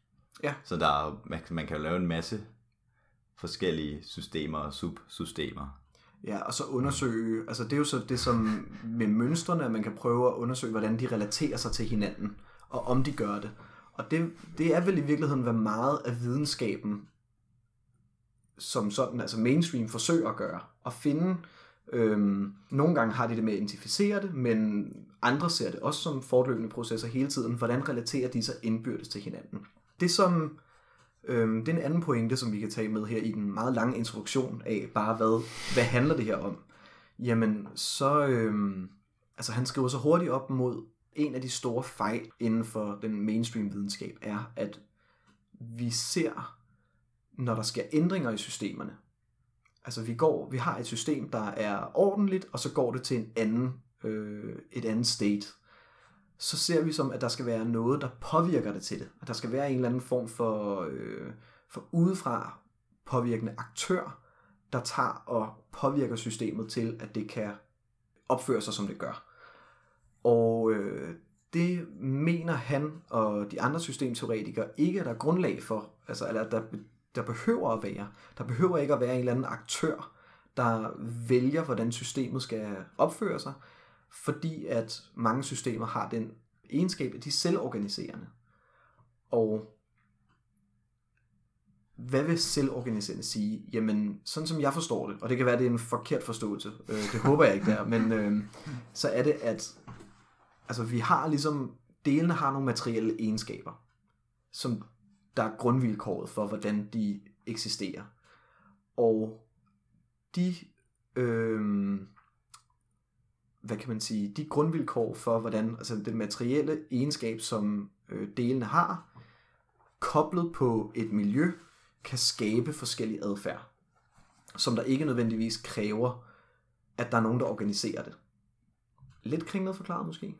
Ja. Så der er, man, man kan jo lave en masse forskellige systemer og subsystemer. Ja, og så undersøge, altså det er jo så det som med mønstrene, at man kan prøve at undersøge, hvordan de relaterer sig til hinanden, og om de gør det. Og det, det er vel i virkeligheden, hvad meget af videnskaben, som sådan, altså mainstream, forsøger at gøre. At finde, øhm, nogle gange har de det med at identificere det, men andre ser det også som fortløbende processer hele tiden. Hvordan relaterer de sig indbyrdes til hinanden? Det som... Øhm, det er en anden pointe, som vi kan tage med her i den meget lange introduktion af bare, hvad, hvad handler det her om? Jamen, så... Øhm, altså, han skriver så hurtigt op mod en af de store fejl inden for den mainstream videnskab, er, at vi ser, når der sker ændringer i systemerne. Altså, vi, går, vi har et system, der er ordentligt, og så går det til en anden, øh, et andet state. Så ser vi som, at der skal være noget, der påvirker det til det. At der skal være en eller anden form for, øh, for udefra påvirkende aktør, der tager og påvirker systemet til, at det kan opføre sig, som det gør. Og øh, det mener han og de andre systemteoretikere ikke, at der er grundlag for, altså eller der, der behøver at være. Der behøver ikke at være en eller anden aktør, der vælger, hvordan systemet skal opføre sig, fordi at mange systemer har den egenskab, at de er selvorganiserende. Og hvad vil selvorganiserende sige? Jamen, sådan som jeg forstår det, og det kan være, at det er en forkert forståelse, øh, det håber jeg ikke der, men øh, så er det, at altså, vi har ligesom, delene har nogle materielle egenskaber, som der er grundvilkåret for, hvordan de eksisterer. Og de... Øh, hvad kan man sige, de grundvilkår for, hvordan, altså det materielle egenskab, som øh, delene har, koblet på et miljø, kan skabe forskellige adfærd, som der ikke nødvendigvis kræver, at der er nogen, der organiserer det. Lidt kringlet forklaret måske?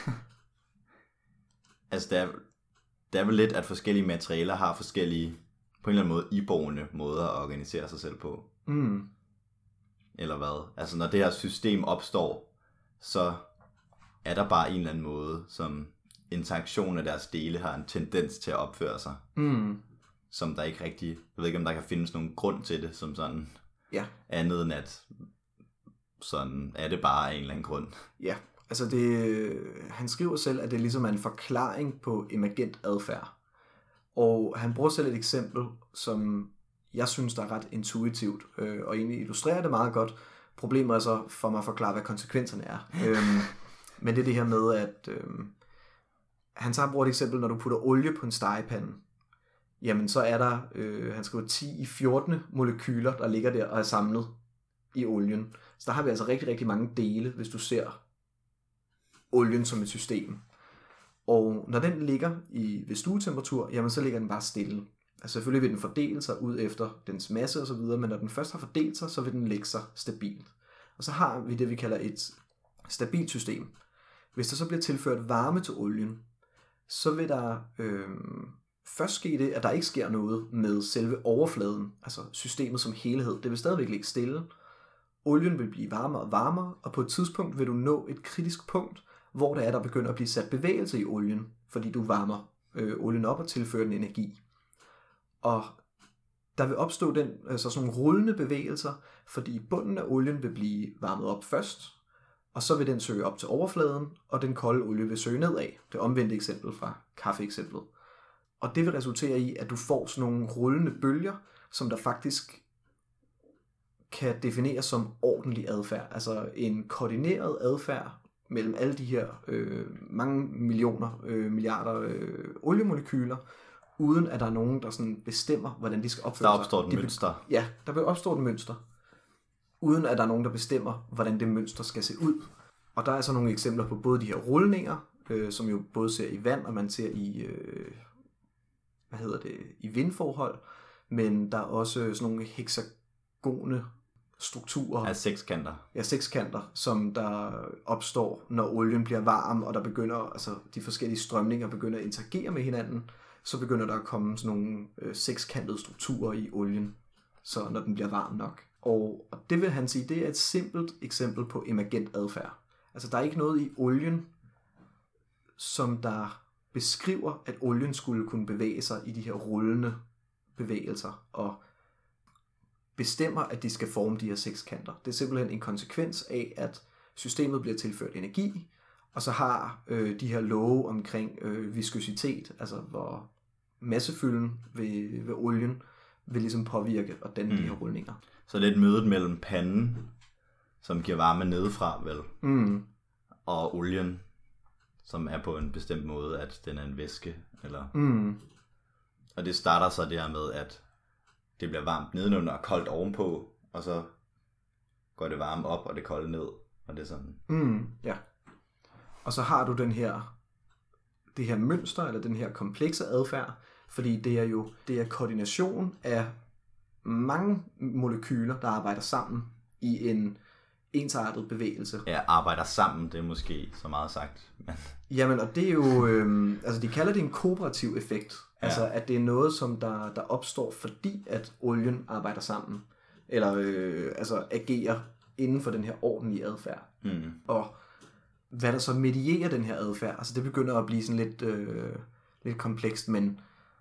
Altså, det er, det er vel lidt, at forskellige materialer har forskellige, på en eller anden måde, iboende måder at organisere sig selv på. Mm. Eller hvad? Altså, når det her system opstår, så er der bare en eller anden måde, som interaktion af deres dele har en tendens til at opføre sig. Mm. Som der ikke rigtig... Jeg ved ikke, om der kan findes nogen grund til det, som sådan... Ja. Andet end at... Sådan er det bare af en eller anden grund. Ja, altså det... Han skriver selv, at det ligesom er en forklaring på emergent adfærd. Og han bruger selv et eksempel, som jeg synes, der er ret intuitivt, øh, og egentlig illustrerer det meget godt. Problemet er så for mig at forklare, hvad konsekvenserne er. øhm, men det er det her med, at øhm, han tager bruger et eksempel, når du putter olie på en stegepande, jamen så er der, øh, han skriver ti i fjorten molekyler, der ligger der og er samlet i olien. Så der har vi altså rigtig, rigtig mange dele, hvis du ser olien som et system. Og når den ligger i, ved stuetemperatur, jamen så ligger den bare stille. Altså selvfølgelig vil den fordele sig ud efter dens masse og så videre, men når den først har fordelt sig, så vil den lægge sig stabilt. Og så har vi det, vi kalder et stabilt system. Hvis der så bliver tilført varme til olien, så vil der øh, først ske det, at der ikke sker noget med selve overfladen, altså systemet som helhed. Det vil stadigvæk ligge stille. Olien vil blive varmere og varmere, og på et tidspunkt vil du nå et kritisk punkt, hvor der er, der begynder at blive sat bevægelse i olien, fordi du varmer øh, olien op og tilfører den energi. Og der vil opstå den, altså sådan nogle rullende bevægelser, fordi bunden af olien vil blive varmet op først, og så vil den søge op til overfladen, og den kolde olie vil søge nedad. Det omvendte eksempel fra kaffeeksemplet. Og det vil resultere i, at du får sådan nogle rullende bølger, som der faktisk kan defineres som ordentlig adfærd. Altså en koordineret adfærd mellem alle de her øh, mange millioner, øh, milliarder øh, oliemolekyler, uden at der er nogen, der sådan bestemmer, hvordan de skal opføre sig. Der opstår et de mønster. Be- ja, der vil opstå et mønster, uden at der er nogen, der bestemmer, hvordan det mønster skal se ud. Og der er så nogle eksempler på både de her rulninger, øh, som jo både ser i vand, og man ser i, øh, hvad hedder det, i vindforhold, men der er også sådan nogle hexagone strukturer. Ja, sekskanter. Ja, sekskanter, som der opstår, når olien bliver varm, og der begynder, altså de forskellige strømninger begynder at interagere med hinanden, så begynder der at komme sådan nogle øh, sekskantede strukturer i olien, så når den bliver varm nok. Og, og det vil han sige, det er et simpelt eksempel på emergent adfærd. Altså der er ikke noget i olien, som der beskriver, at olien skulle kunne bevæge sig i de her rullende bevægelser, og bestemmer, at de skal forme de her sekskanter. Det er simpelthen en konsekvens af, at systemet bliver tilført energi, og så har øh, de her love omkring øh, viskositet, altså hvor massefylden ved, ved olien vil ligesom påvirke og danne mm. de her rulninger. Så lidt mødet mellem panden, som giver varme nedefra, vel, mm. og olien, som er på en bestemt måde, at den er en væske, eller... Mm. Og det starter så der med, at det bliver varmt nedenunder og koldt ovenpå, og så går det varme op, og det kolde ned, og det er sådan... Mm, ja. Og så har du den her, det her mønster, eller den her komplekse adfærd, fordi det er jo det er koordination af mange molekyler, der arbejder sammen i en ensartet bevægelse. Ja, arbejder sammen, det er måske så meget sagt. Men... Jamen, og det er jo, øh, altså de kalder det en kooperativ effekt. Ja. Altså, at det er noget, som der, der opstår, fordi at olien arbejder sammen. Eller øh, altså agerer inden for den her ordentlige adfærd. Mm. Og hvad der så medierer den her adfærd, altså det begynder at blive sådan lidt, øh, lidt komplekst, men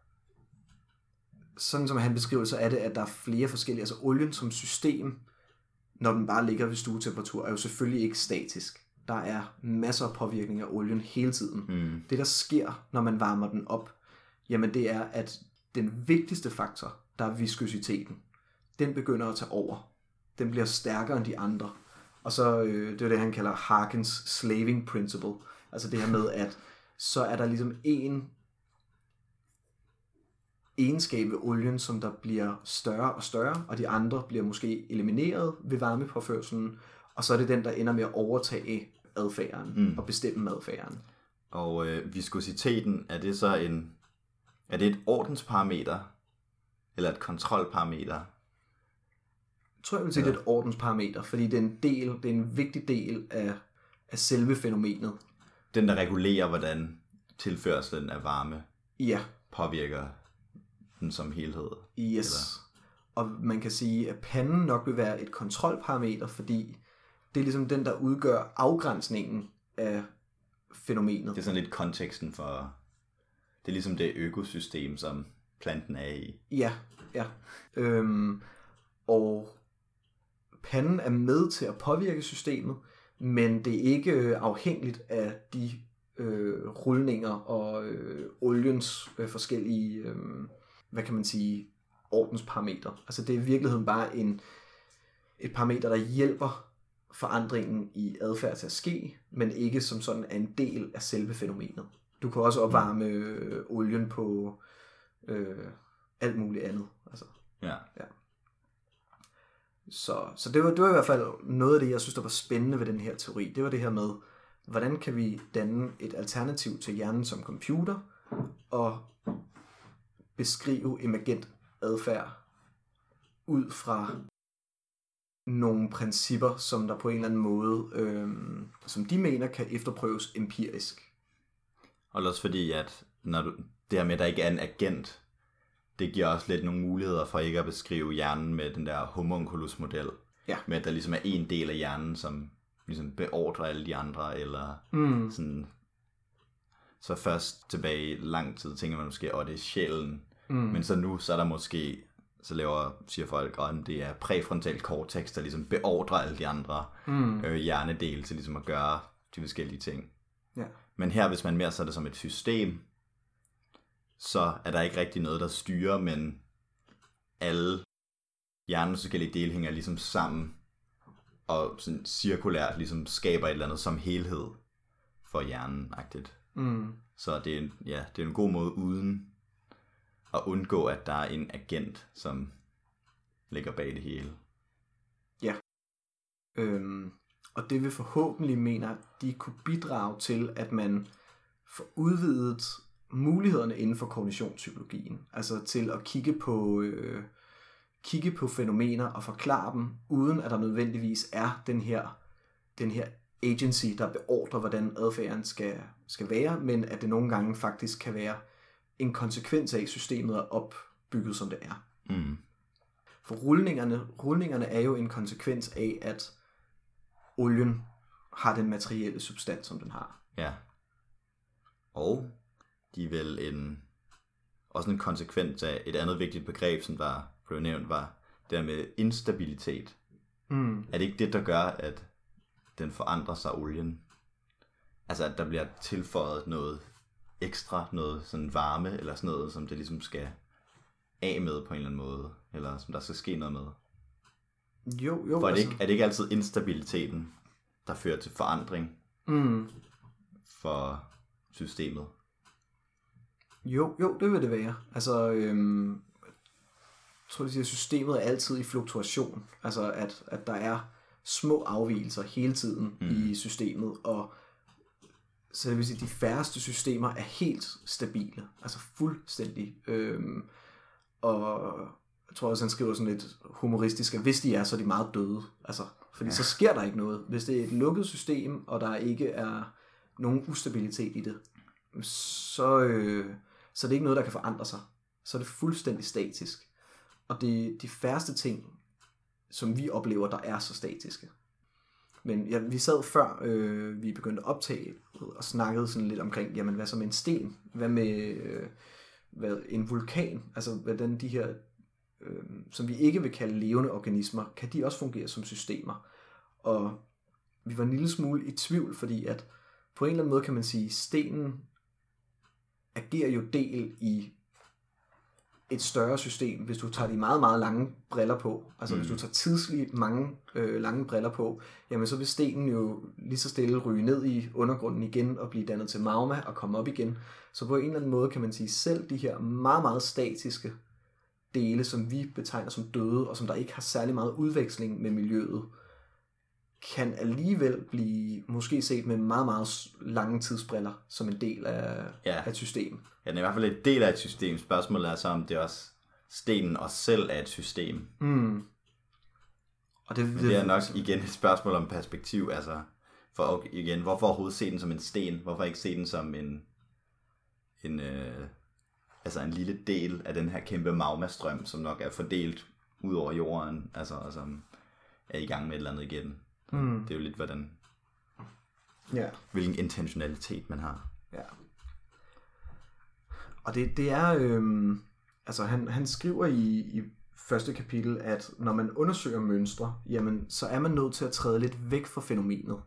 sådan som han beskriver, så er det, at der er flere forskellige, altså olien som system, når den bare ligger ved stuetemperatur, er jo selvfølgelig ikke statisk. Der er masser af påvirkning af olien hele tiden. Mm. Det, der sker, når man varmer den op, jamen det er, at den vigtigste faktor, der er viskositeten, den begynder at tage over. Den bliver stærkere end de andre. Og så, øh, det er det, han kalder Harkins slaving principle. Altså det her med, at så er der ligesom en egenskab ved olien, som der bliver større og større, og de andre bliver måske elimineret ved varmepåførselen, og så er det den, der ender med at overtage adfærden mm. og bestemme adfærden. Og øh, viskositeten, er det så en, er det et ordensparameter, eller et kontrolparameter? Jeg tror, jeg vil sige, det er et ordensparameter, fordi det er en del, det er en vigtig del af, af selve fænomenet. Den, der regulerer, hvordan tilførslen af varme ja. påvirker den som helhed. Yes. Eller? Og man kan sige, at panden nok vil være et kontrolparameter, fordi det er ligesom den, der udgør afgrænsningen af fænomenet. Det er sådan lidt konteksten for, det er ligesom det økosystem, som planten er i. Ja, ja. Øhm, og panden er med til at påvirke systemet, men det er ikke afhængigt af de øh, rulninger og øh, oliens øh, forskellige, øh, hvad kan man sige, ordensparametre. Altså det er i virkeligheden bare en, et parameter, der hjælper forandringen i adfærd til at ske, men ikke som sådan er en del af selve fænomenet. Du kan også opvarme øh, olien på øh, alt muligt andet. Altså, ja. ja. Så, så det, var, det var i hvert fald noget af det, jeg synes, der var spændende ved den her teori. Det var det her med, hvordan kan vi danne et alternativ til hjernen som computer, og beskrive emergent adfærd ud fra nogle principper, som der på en eller anden måde, øh, som de mener, kan efterprøves empirisk. Og også fordi, at når du, det her med, at der ikke er en agent, det giver også lidt nogle muligheder for ikke at beskrive hjernen med den der homunculus-model. Ja. Med at der ligesom er en del af hjernen, som ligesom beordrer alle de andre, eller mm. sådan. Så først tilbage i lang tid tænker man måske, åh, det er sjælen. Mm. Men så nu, så er der måske, så laver, siger folk, at det er præfrontal cortex, der ligesom beordrer alle de andre mm. øh, hjernedele til ligesom at gøre de forskellige ting. Ja. Men her, hvis man mere ser det som et system, så er der ikke rigtig noget, der styrer, men alle hjernens forskellige dele hænger ligesom sammen, og sådan cirkulært ligesom skaber et eller andet som helhed for hjernen-agtigt. Mm. Så det er, en, ja, det er en god måde uden at undgå, at der er en agent, som ligger bag det hele. Ja. Øhm, og det vil forhåbentlig, mener de kunne bidrage til, at man får udvidet mulighederne inden for kognitionspsykologien. Altså til at kigge på, øh, kigge på fænomener og forklare dem, uden at der nødvendigvis er den her, den her agency, der beordrer, hvordan adfærden skal, skal være, men at det nogle gange faktisk kan være en konsekvens af, at systemet er opbygget, som det er. Mm. For rullningerne, rullningerne er jo en konsekvens af, at olien har den materielle substans, som den har. Ja. Og de er vel en, også en konsekvens af et andet vigtigt begreb, som der blev nævnt, var det der med instabilitet. Mm. Er det ikke det, der gør, at den forandrer sig, olien? Altså, at der bliver tilføjet noget ekstra, noget sådan varme, eller sådan noget, som det ligesom skal af med på en eller anden måde, eller som der skal ske noget med. Jo, jo. For er det, altså... ikke, er det ikke altid instabiliteten, der fører til forandring mm. for systemet? Jo, jo, det vil det være. Altså, øhm, jeg tror, at systemet er altid i fluktuation. Altså, at, at der er små afvigelser hele tiden mm. i systemet, og så det vil sige, at de færreste systemer er helt stabile. Altså fuldstændig. Øhm, og jeg tror også, han skriver sådan lidt humoristisk, at hvis de er, så er de meget døde. Altså, fordi ja. Så sker der ikke noget. Hvis det er et lukket system, og der ikke er nogen ustabilitet i det, så, øh, så er det ikke noget, der kan forandre sig. Så er det fuldstændig statisk. Og det er de færreste ting, som vi oplever, der er så statiske. Men ja, vi sad før, øh, vi begyndte at optage, og snakkede sådan lidt omkring, jamen hvad så med en sten? Hvad med øh, hvad, en vulkan? Altså hvordan de her, øh, som vi ikke vil kalde levende organismer, kan de også fungere som systemer? Og vi var en lille smule i tvivl, fordi at på en eller anden måde kan man sige, stenen agerer jo del i et større system, hvis du tager de meget, meget lange briller på. Altså mm. hvis du tager tidsligt mange øh, lange briller på, jamen så vil stenen jo lige så stille ryge ned i undergrunden igen og blive dannet til magma og komme op igen. Så på en eller anden måde kan man sige, selv de her meget, meget statiske dele, som vi betegner som døde, og som der ikke har særlig meget udveksling med miljøet, kan alligevel blive måske set med meget, meget lange tidsbriller som en del af, ja. af et system. Ja, den er i hvert fald et del af et system. Spørgsmålet er så, om det også stenen også selv er et system. Mm. Og det, det, det er nok igen et spørgsmål om perspektiv. Altså, for igen, hvorfor overhovedet se den som en sten? Hvorfor ikke se den som en, en, øh, altså en lille del af den her kæmpe magmastrøm, som nok er fordelt ud over jorden, altså, og som er i gang med et eller andet igen. Mm. Det er jo lidt, hvordan, ja. hvilken intentionalitet man har. Ja. Og det, det er, øhm, altså han, han skriver i, i første kapitel, at når man undersøger mønstre, jamen så er man nødt til at træde lidt væk fra fænomenet,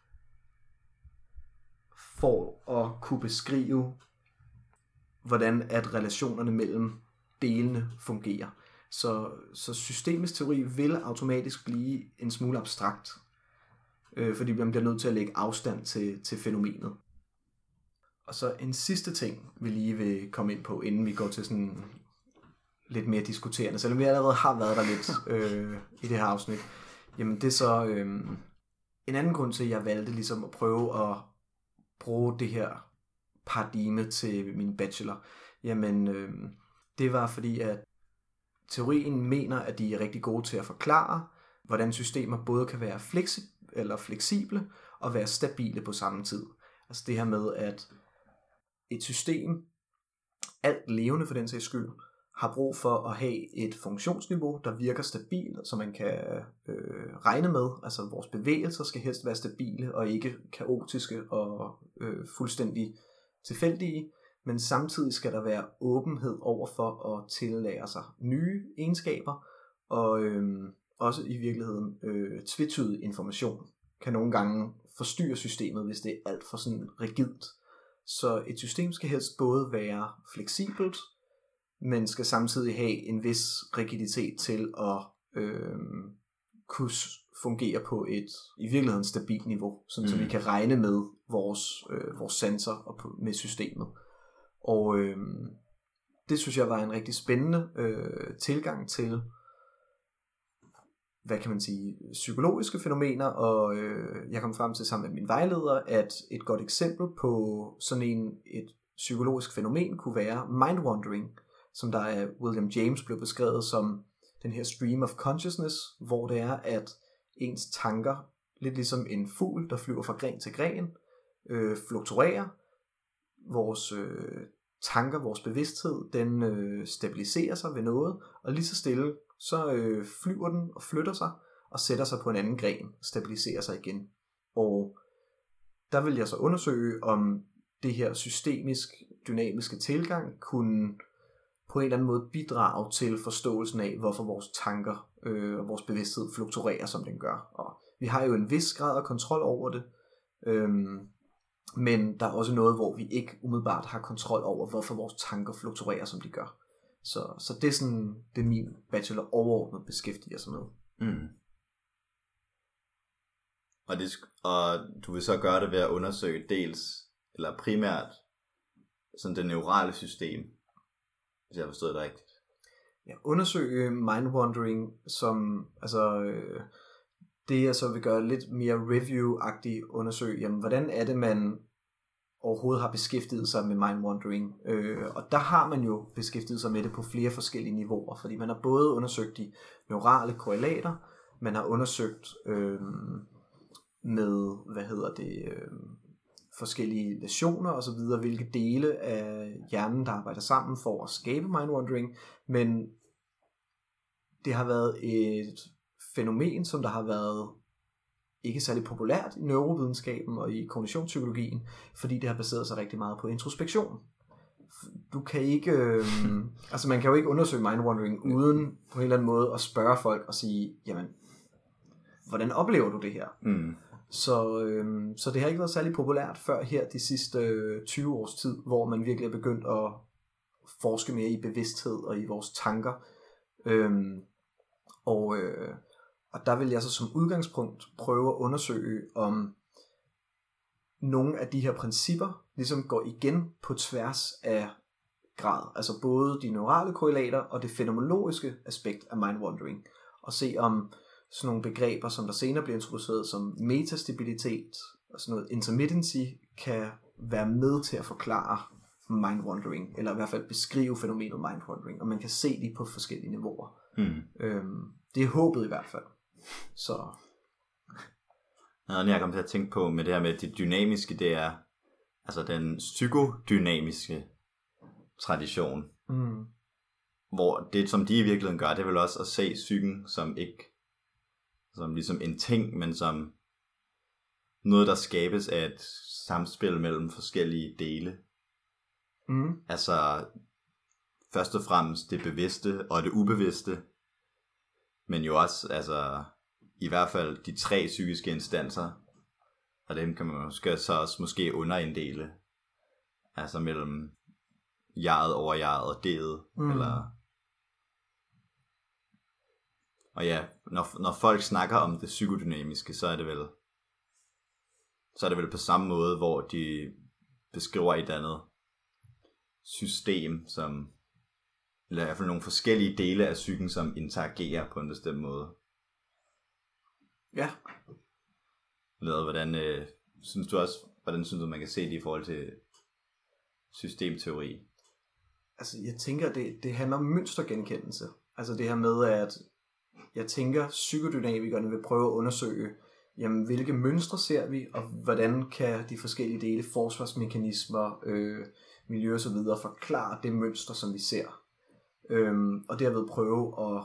for at kunne beskrive, hvordan at relationerne mellem delene fungerer. Så, så systemisk teori vil automatisk blive en smule abstrakt, øh, fordi man bliver nødt til at lægge afstand til, til fænomenet. Og så en sidste ting, vi lige vil komme ind på, inden vi går til sådan lidt mere diskuterende, selvom vi allerede har været der lidt øh, i det her afsnit. Jamen det er så øh, en anden grund til, at jeg valgte ligesom at prøve at bruge det her paradigme til min bachelor. Jamen øh, det var fordi, at teorien mener, at de er rigtig gode til at forklare, hvordan systemer både kan være fleksi- eller fleksible og være stabile på samme tid. Altså det her med, at et system, alt levende for den sags skyld, har brug for at have et funktionsniveau, der virker stabilt, så man kan øh, regne med. Altså vores bevægelser skal helst være stabile og ikke kaotiske og øh, fuldstændig tilfældige. Men samtidig skal der være åbenhed over for at tillære sig nye egenskaber, og øh, også i virkeligheden øh, tvetydig information kan nogle gange forstyrre systemet, hvis det er alt for sådan rigidt. Så et system skal helst både være fleksibelt, men skal samtidig have en vis rigiditet til at øh, kunne fungere på et i virkeligheden stabilt niveau, sådan, mm. så vi kan regne med vores, øh, vores sensor og på, med systemet. Og øh, det synes jeg var en rigtig spændende øh, tilgang til, hvad kan man sige, psykologiske fænomener, og øh, jeg kom frem til sammen med min vejleder, at et godt eksempel på sådan en, et psykologisk fænomen kunne være mind-wandering, som der af William James blev beskrevet som den her stream of consciousness, hvor det er, at ens tanker, lidt ligesom en fugl, der flyver fra gren til gren, øh, fluktuerer. Vores øh, tanker, vores bevidsthed, den øh, stabiliserer sig ved noget, og lige så stille, så øh, flyver den og flytter sig, og sætter sig på en anden gren, stabiliserer sig igen. Og der vil jeg så undersøge, om det her systemisk dynamiske tilgang kunne på en eller anden måde bidrage til forståelsen af, hvorfor vores tanker øh, og vores bevidsthed fluktuerer, som den gør. Og vi har jo en vis grad af kontrol over det, øhm, men der er også noget, hvor vi ikke umiddelbart har kontrol over, hvorfor vores tanker fluktuerer, som de gør. Så, så det er sådan, det min bachelor overordnet beskæftiger sig med. Mm. Og, det, og du vil så gøre det ved at undersøge dels, eller primært, sådan det neurale system, hvis jeg forstod det rigtigt. Ja, undersøge mind-wandering, som, altså, øh, det jeg så vil gøre lidt mere review-agtigt undersøge, jamen, hvordan er det, man overhovedet har beskæftiget sig med mind-wandering. Øh, og der har man jo beskæftiget sig med det på flere forskellige niveauer, fordi man har både undersøgt de neurale korrelater, man har undersøgt øh, med, hvad hedder det, øh, forskellige lesioner og så videre, hvilke dele af hjernen, der arbejder sammen for at skabe mind-wandering, men det har været et fænomen, som der har været ikke særlig populært i neurovidenskaben og i kognitionspsykologien, fordi det har baseret sig rigtig meget på introspektion. Du kan ikke, øh, altså man kan jo ikke undersøge mind-wandering uden på en eller anden måde at spørge folk og sige, jamen, hvordan oplever du det her? Mm. Så, øh, så det har ikke været særlig populært før her de sidste øh, tyve års tid, hvor man virkelig er begyndt at forske mere i bevidsthed og i vores tanker. Øhm, og, øh, og der vil jeg så som udgangspunkt prøve at undersøge, om nogle af de her principper ligesom går igen på tværs af grad. Altså både de neurale korrelater og det fænomenologiske aspekt af mind-wandering. Og se om sådan nogle begreber, som der senere bliver introduceret som metastabilitet og sådan noget intermittency, kan være med til at forklare mind-wandering, eller i hvert fald beskrive fænomenet mind-wandering, og man kan se det på forskellige niveauer. Mm. Øhm, det er håbet i hvert fald. Så. Noget, jeg kom til at tænke på med det her med det dynamiske, det er altså den psykodynamiske tradition, Mm. hvor det, som de i virkeligheden gør, det er vel også at se psyken som ikke som ligesom en ting, men som noget, der skabes af et samspil mellem forskellige dele. Mm. Altså først og fremmest det bevidste og det ubevidste, men jo også altså i hvert fald de tre psykiske instanser, og dem kan man måske så også måske underinddele, altså mellem jeget, over jeget og dedet, Mm. eller og ja, når, når folk snakker om det psykodynamiske, så er det vel så er det vel på samme måde, hvor de beskriver et andet system, som eller i hvert fald nogle forskellige dele af psyken, som interagerer på en bestemt måde. Ja. Eller hvordan øh, synes du også, hvordan synes du, man kan se det i forhold til systemteori? Altså jeg tænker, det, det handler om mønstergenkendelse. Altså det her med, at jeg tænker, psykodynamikerne vil prøve at undersøge, jamen, hvilke mønstre ser vi, og hvordan kan de forskellige dele, forsvarsmekanismer, øh, miljø og så videre, forklare det mønster, som vi ser. Øhm, og derved prøve at,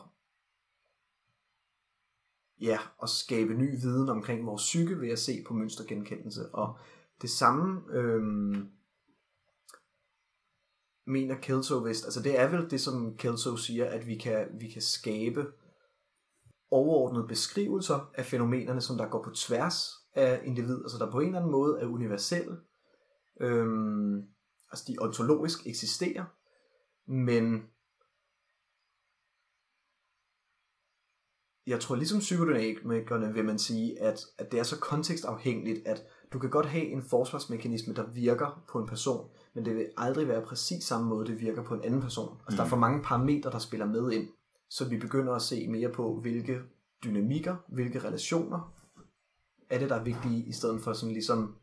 ja, at skabe ny viden omkring vores psyke ved at se på mønstergenkendelse. Og det samme øhm, mener Kelso vist, altså det er vel det, som Kelso siger, at vi kan, vi kan skabe overordnede beskrivelser af fænomenerne, som der går på tværs af individer, altså der på en eller anden måde er universelle, øhm, altså de ontologisk eksisterer, men jeg tror ligesom psykodynamikerne vil man sige, at, at det er så kontekstafhængigt, at du kan godt have en forsvarsmekanisme, der virker på en person, men det vil aldrig være præcis samme måde, det virker på en anden person. Altså mm. der er for mange parametre, der spiller med ind. Så vi begynder at se mere på, hvilke dynamikker, hvilke relationer er det, der er vigtige, i stedet for sådan ligesom,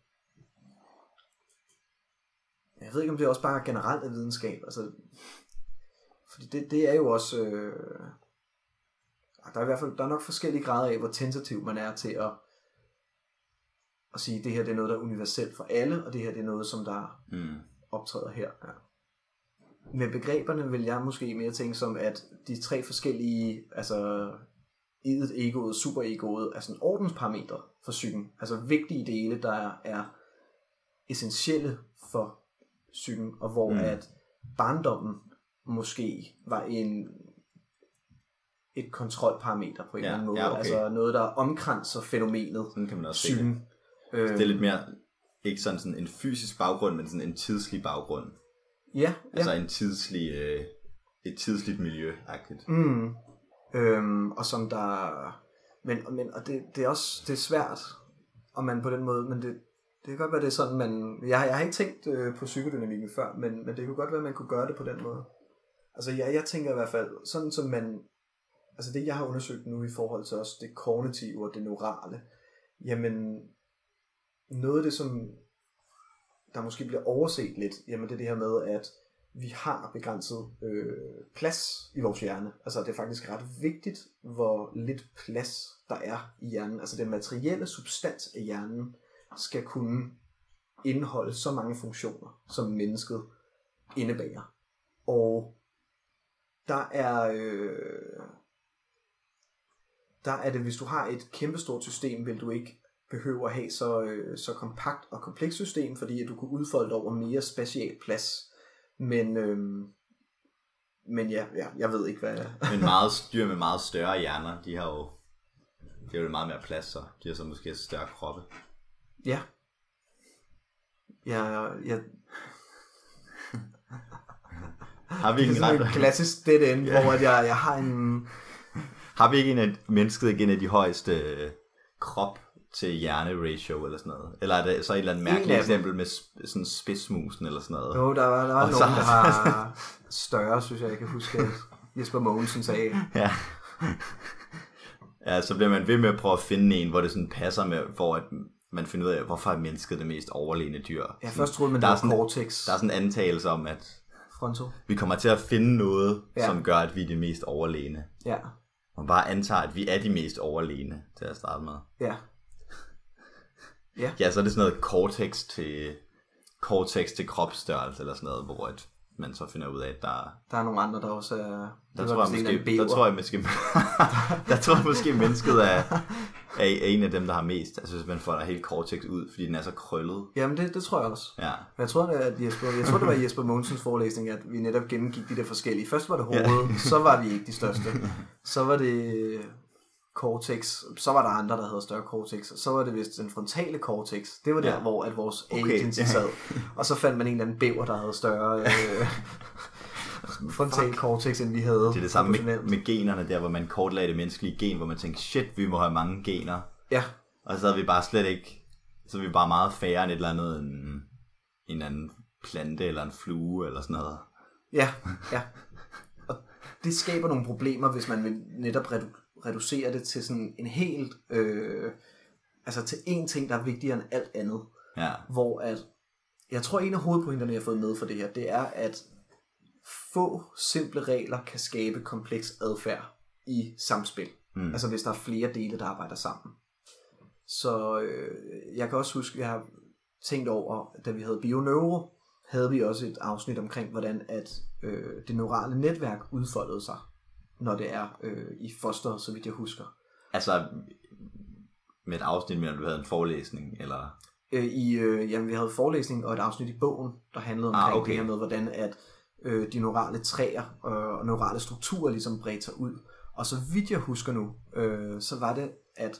jeg ved ikke, om det er også bare generelt af videnskab, altså, fordi det, det er jo også, øh, der er i hvert fald, der er nok forskellige grader af, hvor tentativ man er til at, at sige, at det her det er noget, der er universelt for alle, og det her det er noget, som der Mm. optræder her. Ja. Med begreberne vil jeg måske mere tænke som, at de tre forskellige, altså eget, egoet, superegoet, er sådan ordensparametre for psyken. Altså vigtige dele, der er essentielle for psyken, og hvor mm. at barndommen måske var en et kontrolparameter på en ja, eller anden måde. Ja, okay. Altså noget, der omkranser fænomenet sådan kan man også psyken. Se det. Det er lidt mere, ikke sådan, sådan en fysisk baggrund, men sådan en tidslig baggrund. Ja. Altså ja. en tidslig, øh, et tidsligt miljø-agtigt. Mm. Øhm, og som der... Men, men og det, det er også det er svært, og man på den måde, men det, det kan godt være, det er sådan, man... Jeg, jeg har ikke tænkt øh, på psykodynamikken før, men, men det kunne godt være, at man kunne gøre det på den måde. Altså jeg, jeg tænker i hvert fald, sådan som man... Altså det, jeg har undersøgt nu i forhold til også det kognitive og det neurale, jamen noget af det, som der måske bliver overset lidt, jamen det er det her med, at vi har begrænset øh, plads i vores hjerne. Altså det er faktisk ret vigtigt, hvor lidt plads der er i hjernen. Altså den materielle substans af hjernen skal kunne indeholde så mange funktioner, som mennesket indebærer. Og der er... Øh, der er det, hvis du har et kæmpestort system, vil du ikke behøve at have så, øh, så kompakt og komplekst system, fordi at du kunne udfolde det over mere spatial plads. Men, øh, men ja, ja, jeg ved ikke, hvad... Men meget dyr med meget større hjerner, de har jo, de har jo meget mere plads, så de har så måske større kroppe. Ja. Ja, ja. Har vi ikke det er sådan et klassisk dead end, ja. Hvor at jeg, jeg har en... Har vi ikke en af mennesket ikke en af de højeste øh, krop til hjerne-ratio eller sådan noget? Eller er det så et eller andet mærkeligt eksempel med sp- sådan spidsmusen eller sådan noget? Jo, der var, der var nogen, så... der har større, synes jeg, jeg kan huske, at Jesper Mogensen sagde. Ja. Ja, så bliver man ved med at prøve at finde en, hvor det sådan passer med, hvor at man finder ud af, hvorfor er mennesket det mest overlegne dyr. Ja, først troede man, der det var sådan, cortex. Der er sådan en antagelse om, at Fronto. Vi kommer til at finde noget, ja. som gør, at vi er det mest overlegne. Ja. Man bare antager, at vi er de mest overlegne til at starte med. Ja. Ja. Ja, så er det sådan noget cortex til, cortex til kropsstørrelse eller sådan noget, hvor et, man så finder ud af, at der, der er nogle andre, der også er... Der tror, jeg måske, der tror jeg måske, der tror jeg måske mennesket er, er en af dem, der har mest. Altså hvis man får der helt cortex ud, fordi den er så krøllet. Jamen det, det tror jeg også. Ja. Jeg tror, at Jesper, jeg tror, det var Jesper Mogensens forelæsning, at vi netop gennemgik de der forskellige. Først var det hovedet, ja. Så var vi ikke de største. Så var det cortex, så var der andre, der havde større cortex. Så var det vist den frontale cortex. Det var der, ja. Hvor at vores okay. agency sad. Og så fandt man en eller anden bæver, der havde større... Øh, frontal cortex, end vi havde. Det er det samme med, med generne, der hvor man kortlagde det menneskelige gen, hvor man tænkte, shit, vi må have mange gener. Ja. Og så havde vi bare slet ikke, så er vi bare meget færre end et eller andet, en, en anden plante eller en flue eller sådan noget. Ja, ja. Og det skaber nogle problemer, hvis man vil netop redu- reducere det til sådan en helt, øh, altså til én ting, der er vigtigere end alt andet. Ja. Hvor at, jeg tror en af hovedpointerne, jeg har fået med for det her, det er, at få simple regler kan skabe kompleks adfærd i samspil. Mm. Altså hvis der er flere dele, der arbejder sammen. Så øh, jeg kan også huske, at jeg har tænkt over, da vi havde BioNeuro, havde vi også et afsnit omkring, hvordan at øh, det neurale netværk udfoldede sig, når det er øh, i foster, så vidt jeg husker. Altså med et afsnit, men du havde en forelæsning, eller? Øh, i, øh, jamen, vi havde forelæsning og et afsnit i bogen, der handlede omkring ah, okay. det her med, hvordan at øh, de neurale træer øh, og neurale strukturer ligesom bredte sig ud. Og så vidt jeg husker nu, øh, så var det, at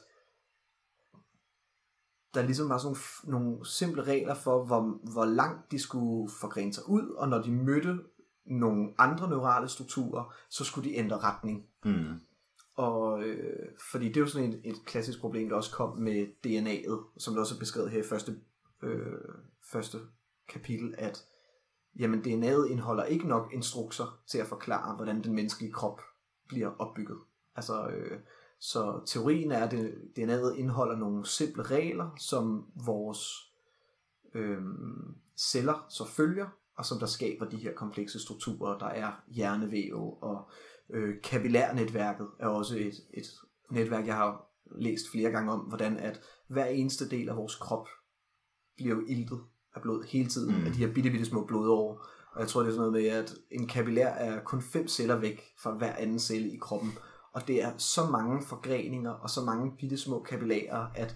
der ligesom var sådan nogle, nogle simple regler for, hvor, hvor langt de skulle forgrene sig ud, og når de mødte nogle andre neurale strukturer, så skulle de ændre retning. Mm. Og øh, fordi det er jo sådan et, et klassisk problem, der også kom med D N A'et, som der også er beskrevet her i første, øh, første kapitel, at jamen D N A'et indeholder ikke nok instrukser til at forklare, hvordan den menneskelige krop bliver opbygget. Altså, øh, så teorien er, at D N A'et indeholder nogle simple regler, som vores øh, celler så følger, og som der skaber de her komplekse strukturer. Der er hjernevæv, og øh, kapillærnetværket er også et, et netværk, jeg har læst flere gange om, hvordan at hver eneste del af vores krop bliver jo iltet af blod hele tiden, mm. af de her bitte, bitte små blodårer. Og jeg tror, det er sådan noget med, at en kapillær er kun fem celler væk fra hver anden celle i kroppen. Og det er så mange forgreninger og så mange bitte små kapillærer, at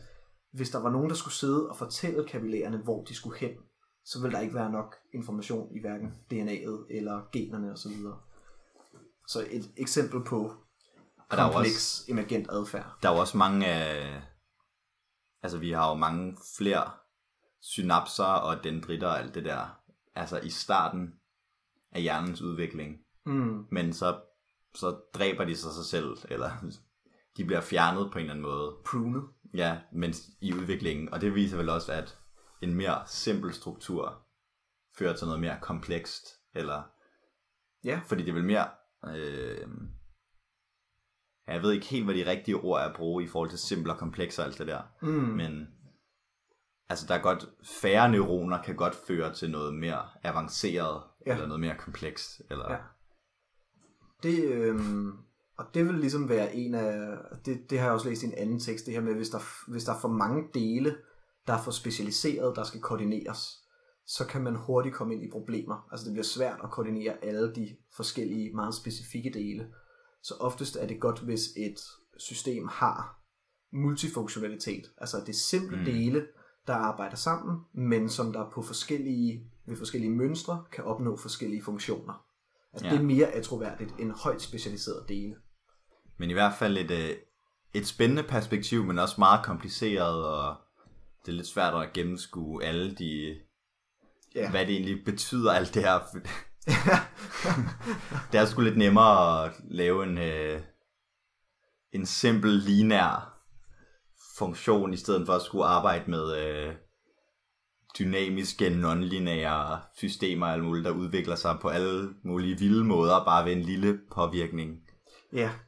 hvis der var nogen, der skulle sidde og fortælle kapillærerne, hvor de skulle hen, så ville der ikke være nok information i hverken D N A'et eller generne osv. Så et eksempel på kompleks emergent adfærd. Der er jo også mange af... Altså, vi har jo mange flere synapser og dendritter og alt det der. Altså, i starten af hjernens udvikling. Mm. Men så, så dræber de sig sig selv, eller de bliver fjernet på en eller anden måde. Prunet. Ja, mens i udviklingen. Og det viser vel også, at en mere simpel struktur fører til noget mere komplekst. Eller... Ja. Fordi det er vel mere... Øh, jeg ved ikke helt, hvad de rigtige ord er at bruge i forhold til simpel og kompleks og alt det der. Mm. Men altså, der er godt... Færre neuroner kan godt føre til noget mere avanceret, ja. Eller noget mere komplekst. Eller... Ja. Det, øh, og det vil ligesom være en af... Det, det har jeg også læst i en anden tekst, det her med, hvis der, hvis der er for mange dele, der er for specialiseret, der skal koordineres, så kan man hurtigt komme ind i problemer. Altså det bliver svært at koordinere alle de forskellige, meget specifikke dele. Så oftest er det godt, hvis et system har multifunktionalitet. Altså det er simple mm. dele, der arbejder sammen, men som der på forskellige, ved forskellige mønstre kan opnå forskellige funktioner. Altså ja. Det er mere attråværdigt end højt specialiserede dele. Men i hvert fald et, et spændende perspektiv, men også meget kompliceret, og det er lidt svært at gennemskue alle de... Yeah. Hvad det egentlig betyder alt det her. Det er sgu lidt nemmere at lave en øh, en simpel lineær funktion i stedet for at skulle arbejde med øh, dynamiske non-lineære systemer og alt muligt, der udvikler sig på alle mulige vilde måder bare ved en lille påvirkning. Ja. Yeah.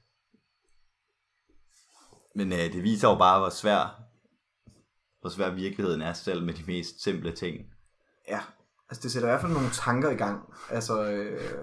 Men øh, det viser jo bare hvor svær hvor svær virkeligheden er selv med de mest simple ting. Ja, altså det sætter i hvert fald nogle tanker i gang, altså øh,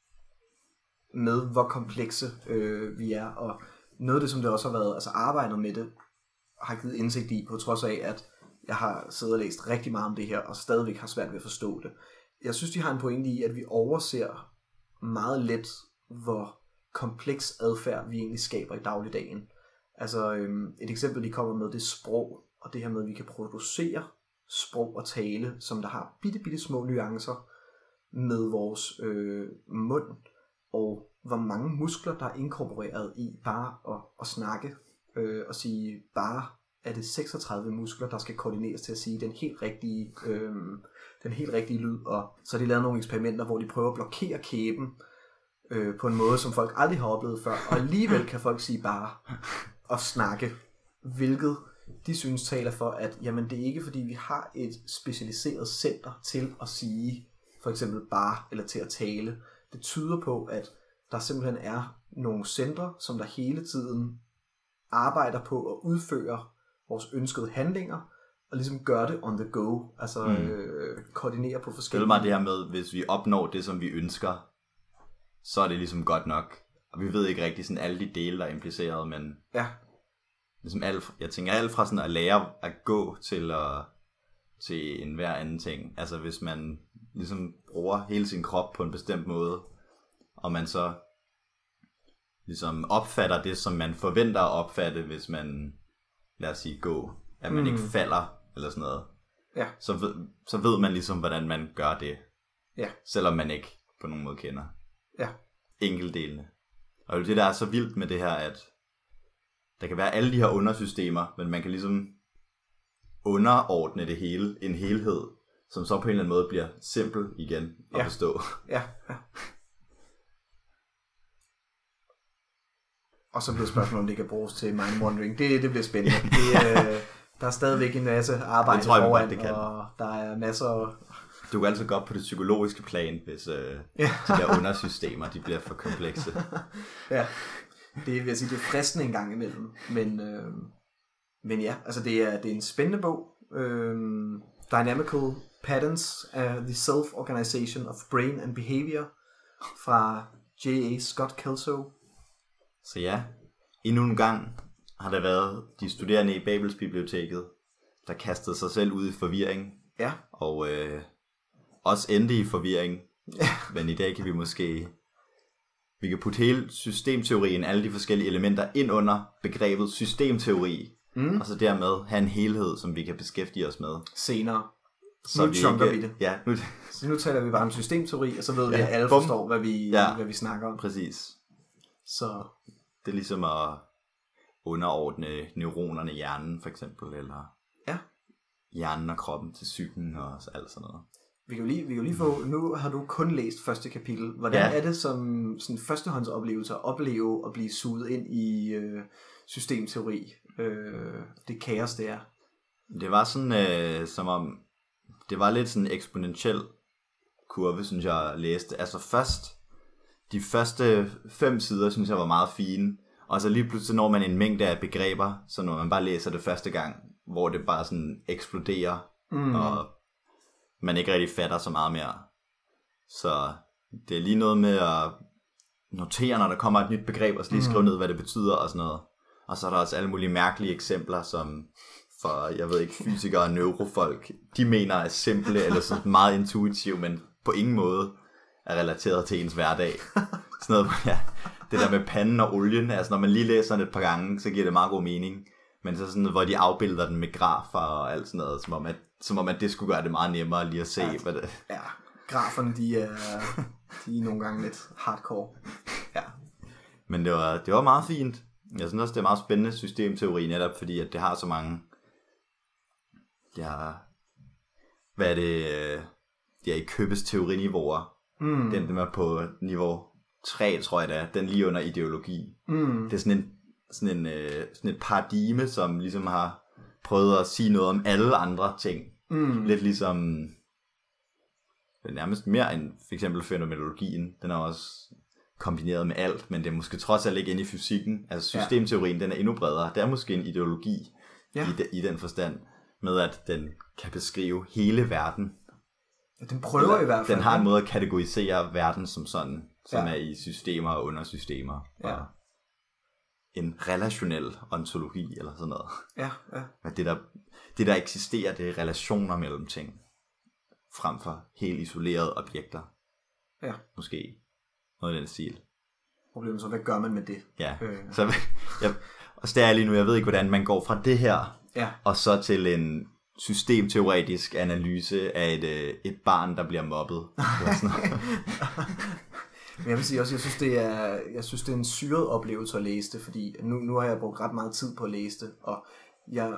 med hvor komplekse øh, vi er, og noget af det, som det også har været, altså arbejdet med det, har givet indsigt i, på trods af, at jeg har siddet og læst rigtig meget om det her, og stadigvæk har svært ved at forstå det. Jeg synes, de har en pointe i, at vi overser meget let, hvor kompleks adfærd vi egentlig skaber i dagligdagen. Altså øh, et eksempel, de kommer med, det er sprog, og det her med, at vi kan producere sprog og tale, som der har bitte, bitte små nuancer med vores øh, mund, og hvor mange muskler, der er inkorporeret i bare at, at snakke, øh, og sige, bare er det seksogtredive muskler, der skal koordineres til at sige den helt rigtige, øh, den helt rigtige lyd, og så har de lavet nogle eksperimenter, hvor de prøver at blokere kæben øh, på en måde, som folk aldrig har oplevet før, og alligevel kan folk sige bare og snakke, hvilket de synes taler for, at jamen, det er ikke fordi vi har et specialiseret center til at sige for eksempel bare eller til at tale. Det tyder på, at der simpelthen er nogle centre, som der hele tiden arbejder på at udføre vores ønskede handlinger og ligesom gøre det on the go, altså mm. øh, koordinere på forskellige... Det er meget det her med, hvis vi opnår det, som vi ønsker, så er det ligesom godt nok. Og vi ved ikke rigtig sådan alle de dele, der er impliceret, men... Ja. Ligesom alt, jeg tænker alt fra sådan at lære at gå til at, til en hver anden ting. Altså hvis man ligesom bruger hele sin krop på en bestemt måde, og man så ligesom opfatter det, som man forventer at opfatte, hvis man, lad os sige, gå, at man mm. ikke falder, eller sådan noget. Ja. Så, ved, så ved man ligesom, hvordan man gør det. Ja. Selvom man ikke på nogen måde kender. Ja. Enkeltdelene. Og det der er så vildt med det her, at der kan være alle de her undersystemer, men man kan ligesom underordne det hele, en helhed, som så på en eller anden måde bliver simpel igen at ja. forstå. Ja, ja. Og så bliver spørgsmålet, om det kan bruges til mind wandering. Det, det bliver spændende. Det, øh, der er stadigvæk en masse arbejde det tror jeg, foran, det kan. Og der er masser... Du kan altså gå op på det psykologiske plan, hvis øh, ja. de der undersystemer, de bliver for komplekse. Ja. Det vil jeg sige, det er fristende en gang imellem, men, øh, men ja, altså det er, det er en spændende bog. Øh, Dynamical Patterns of the Self-Organization of Brain and Behavior fra J A Scott Kelso. Så ja, endnu en gang har der været de studerende i Babelsbiblioteket, der kastede sig selv ud i forvirring. Ja. Og øh, også endte i forvirring. Ja. Men i dag kan vi måske... Vi kan putte hele systemteorien, alle de forskellige elementer ind under begrebet systemteori. mm. og så dermed have en helhed, som vi kan beskæftige os med. Senere. Så nu vi chunker ikke, vi det. Ja, nu... Så nu taler vi bare om systemteori, og så ved vi, ja, at alle bum. forstår, hvad vi, ja, hvad vi snakker om. Præcis. Så. Det er ligesom at underordne neuronerne i hjernen, for eksempel, eller ja. hjernen og kroppen til psyken og alt sådan noget. Vi kan jo lige, vi kan jo lige få, nu har du kun læst første kapitel. Hvordan ja. er det som sådan førstehåndsoplevelse at opleve at blive suget ind i øh, systemteori? Øh, det kaos, det er. Det var sådan, øh, som om, det var lidt sådan en eksponentiel kurve, synes jeg læste. Altså først, de første fem sider, synes jeg var meget fine. Og så lige pludselig når man en mængde af begreber, så når man bare læser det første gang, hvor det bare sådan eksploderer, mm. og man ikke rigtig fatter så meget mere. Så det er lige noget med at notere, når der kommer et nyt begreb, og så lige skrive mm. ned, hvad det betyder og sådan noget. Og så er der også alle mulige mærkelige eksempler, som for, jeg ved ikke, fysikere og neurofolk, de mener er simple eller sådan meget intuitive, men på ingen måde er relateret til ens hverdag. Sådan noget, ja, det der med panden og olien, altså når man lige læser det et par gange, så giver det meget god mening. Men så sådan noget, hvor de afbilder den med grafer og alt sådan noget, som om at, som om at det skulle gøre det meget nemmere lige at se. Ja, hvad det... ja, graferne, de er, de er nogle gange lidt hardcore. Ja. Men det var, det var meget fint. Jeg synes også, det er meget spændende systemteori, netop fordi, at det har så mange... Ja, hvad er det? Det er i Købes teoriniveauer. Mm. Den, den er på niveau tre, tror jeg det er. Den lige under ideologi. Mm. Det er sådan en sådan en øh, sådan et paradigme, som ligesom har prøvet at sige noget om alle andre ting. Mm. Lidt ligesom det er nærmest mere end for eksempel fænomenologien. Den er også kombineret med alt, men det er måske trods alt ikke inde i fysikken. Altså systemteorien, ja. Den er endnu bredere. Det er måske en ideologi ja. i, de, i den forstand, med at den kan beskrive hele verden. Ja, den prøver Eller, i hvert fald. Den har en måde at kategorisere verden som sådan, som ja. er i systemer og undersystemer. Ja. Og en relationel ontologi eller sådan noget. Ja, ja. At det der, det der eksisterer, det er relationer mellem ting, frem for helt isolerede objekter. Ja. Måske noget i den stil. Problemet så, hvad gør man med det? Ja, øh. så jeg, og så der er lige nu, jeg ved ikke, hvordan man går fra det her, ja. og så til en systemteoretisk analyse af et, et barn, der bliver mobbet. Eller sådan noget. Men jeg vil sige også, jeg synes, det er, jeg synes, det er en syret oplevelse at læse det, fordi nu, nu har jeg brugt ret meget tid på at læse det, og jeg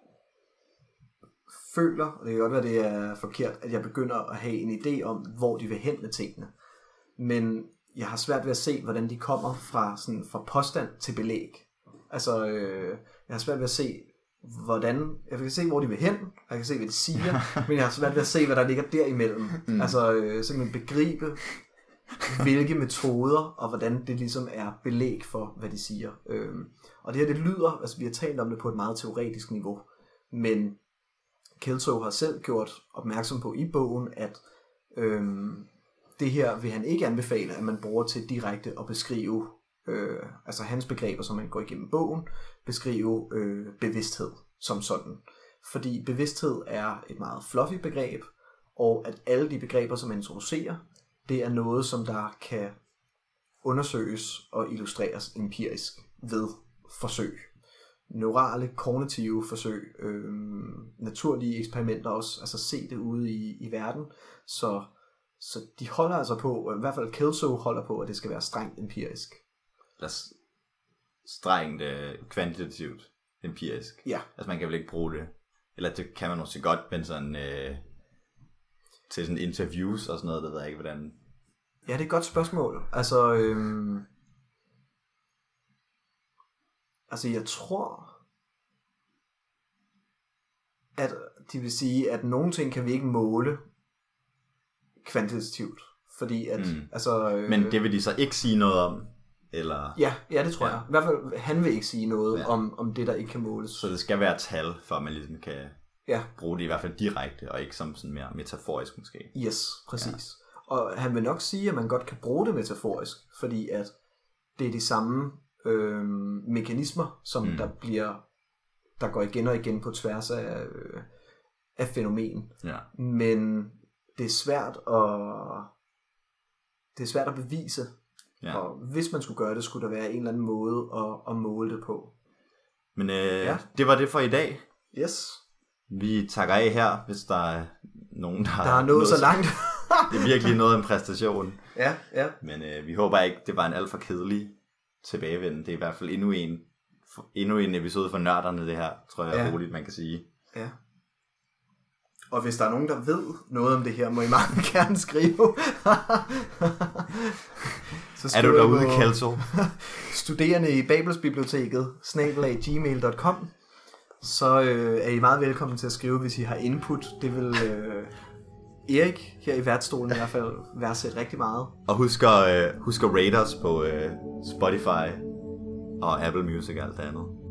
føler, og det kan godt være, det er forkert, at jeg begynder at have en idé om, hvor de vil hen med tingene. Men jeg har svært ved at se, hvordan de kommer fra, sådan, fra påstand til belæg. Altså, øh, jeg har svært ved at se, hvordan, jeg kan se, hvor de vil hen, og jeg kan se, hvad de siger, men jeg har svært ved at se, hvad der ligger derimellem. Mm. Altså, øh, simpelthen begribe, hvilke metoder, og hvordan det ligesom er belæg for, hvad de siger. Øhm, og det her, det lyder, altså vi har talt om det på et meget teoretisk niveau, men Kelso har selv gjort opmærksom på i bogen, at øhm, det her vil han ikke anbefale, at man bruger til direkte at beskrive, øh, altså hans begreber, som man går igennem bogen, beskrive øh, bevidsthed som sådan. Fordi bevidsthed er et meget fluffy begreb, og at alle de begreber, som man introducerer, det er noget, som der kan undersøges og illustreres empirisk ved forsøg. Neurale, kognitive forsøg, øh, naturlige eksperimenter også, altså se det ude i, i verden. Så, så de holder altså på, i hvert fald Kelso holder på, at det skal være strengt empirisk. Altså strengt øh, kvantitativt empirisk? Ja. Altså man kan vel ikke bruge det, eller det kan man også godt, men sådan... Øh til sådan interviews og sådan noget, der ved jeg ikke, hvordan... Ja, det er et godt spørgsmål. Altså, øhm... altså jeg tror, at de vil sige, at nogle ting kan vi ikke måle kvantitativt, fordi at... Mm. Altså, øh... Men det vil de så ikke sige noget om, eller... Ja, ja det tror ja. jeg. I hvert fald, han vil ikke sige noget ja. om, om det, der ikke kan måles. Så det skal være tal, for at man ligesom kan... Ja. Bruge det i hvert fald direkte, og ikke som sådan mere metaforisk måske. Yes, præcis. Ja. Og han vil nok sige, at man godt kan bruge det metaforisk, fordi at det er de samme øh, mekanismer, som mm. der bliver, der går igen og igen på tværs af, øh, af fænomen. Ja. Men det er svært at, det er svært at bevise. Ja. Og hvis man skulle gøre det, skulle der være en eller anden måde at, at måle det på. Men øh, ja. det var det for i dag. Yes. Vi takker af her, hvis der er nogen, der, der har nået så langt. Det er virkelig noget af en præstation. Ja, ja. Men øh, vi håber ikke, det var en alt for kedelig tilbagevenden. Det er i hvert fald endnu en, endnu en episode for nørderne, det her, tror jeg ja. roligt, man kan sige. Ja. Og hvis der er nogen, der ved noget om det her, må I meget gerne skrive. Så er du derude, Kelso? Studerende i Babelsbiblioteket, snabel-a gmail punktum com. Så øh, er I meget velkommen til at skrive, hvis I har input. Det vil øh, Erik her i værtsstolen i hvert fald værdsætte rigtig meget. Og husk at, øh, husk at rate os på øh, Spotify og Apple Music og alt det andet.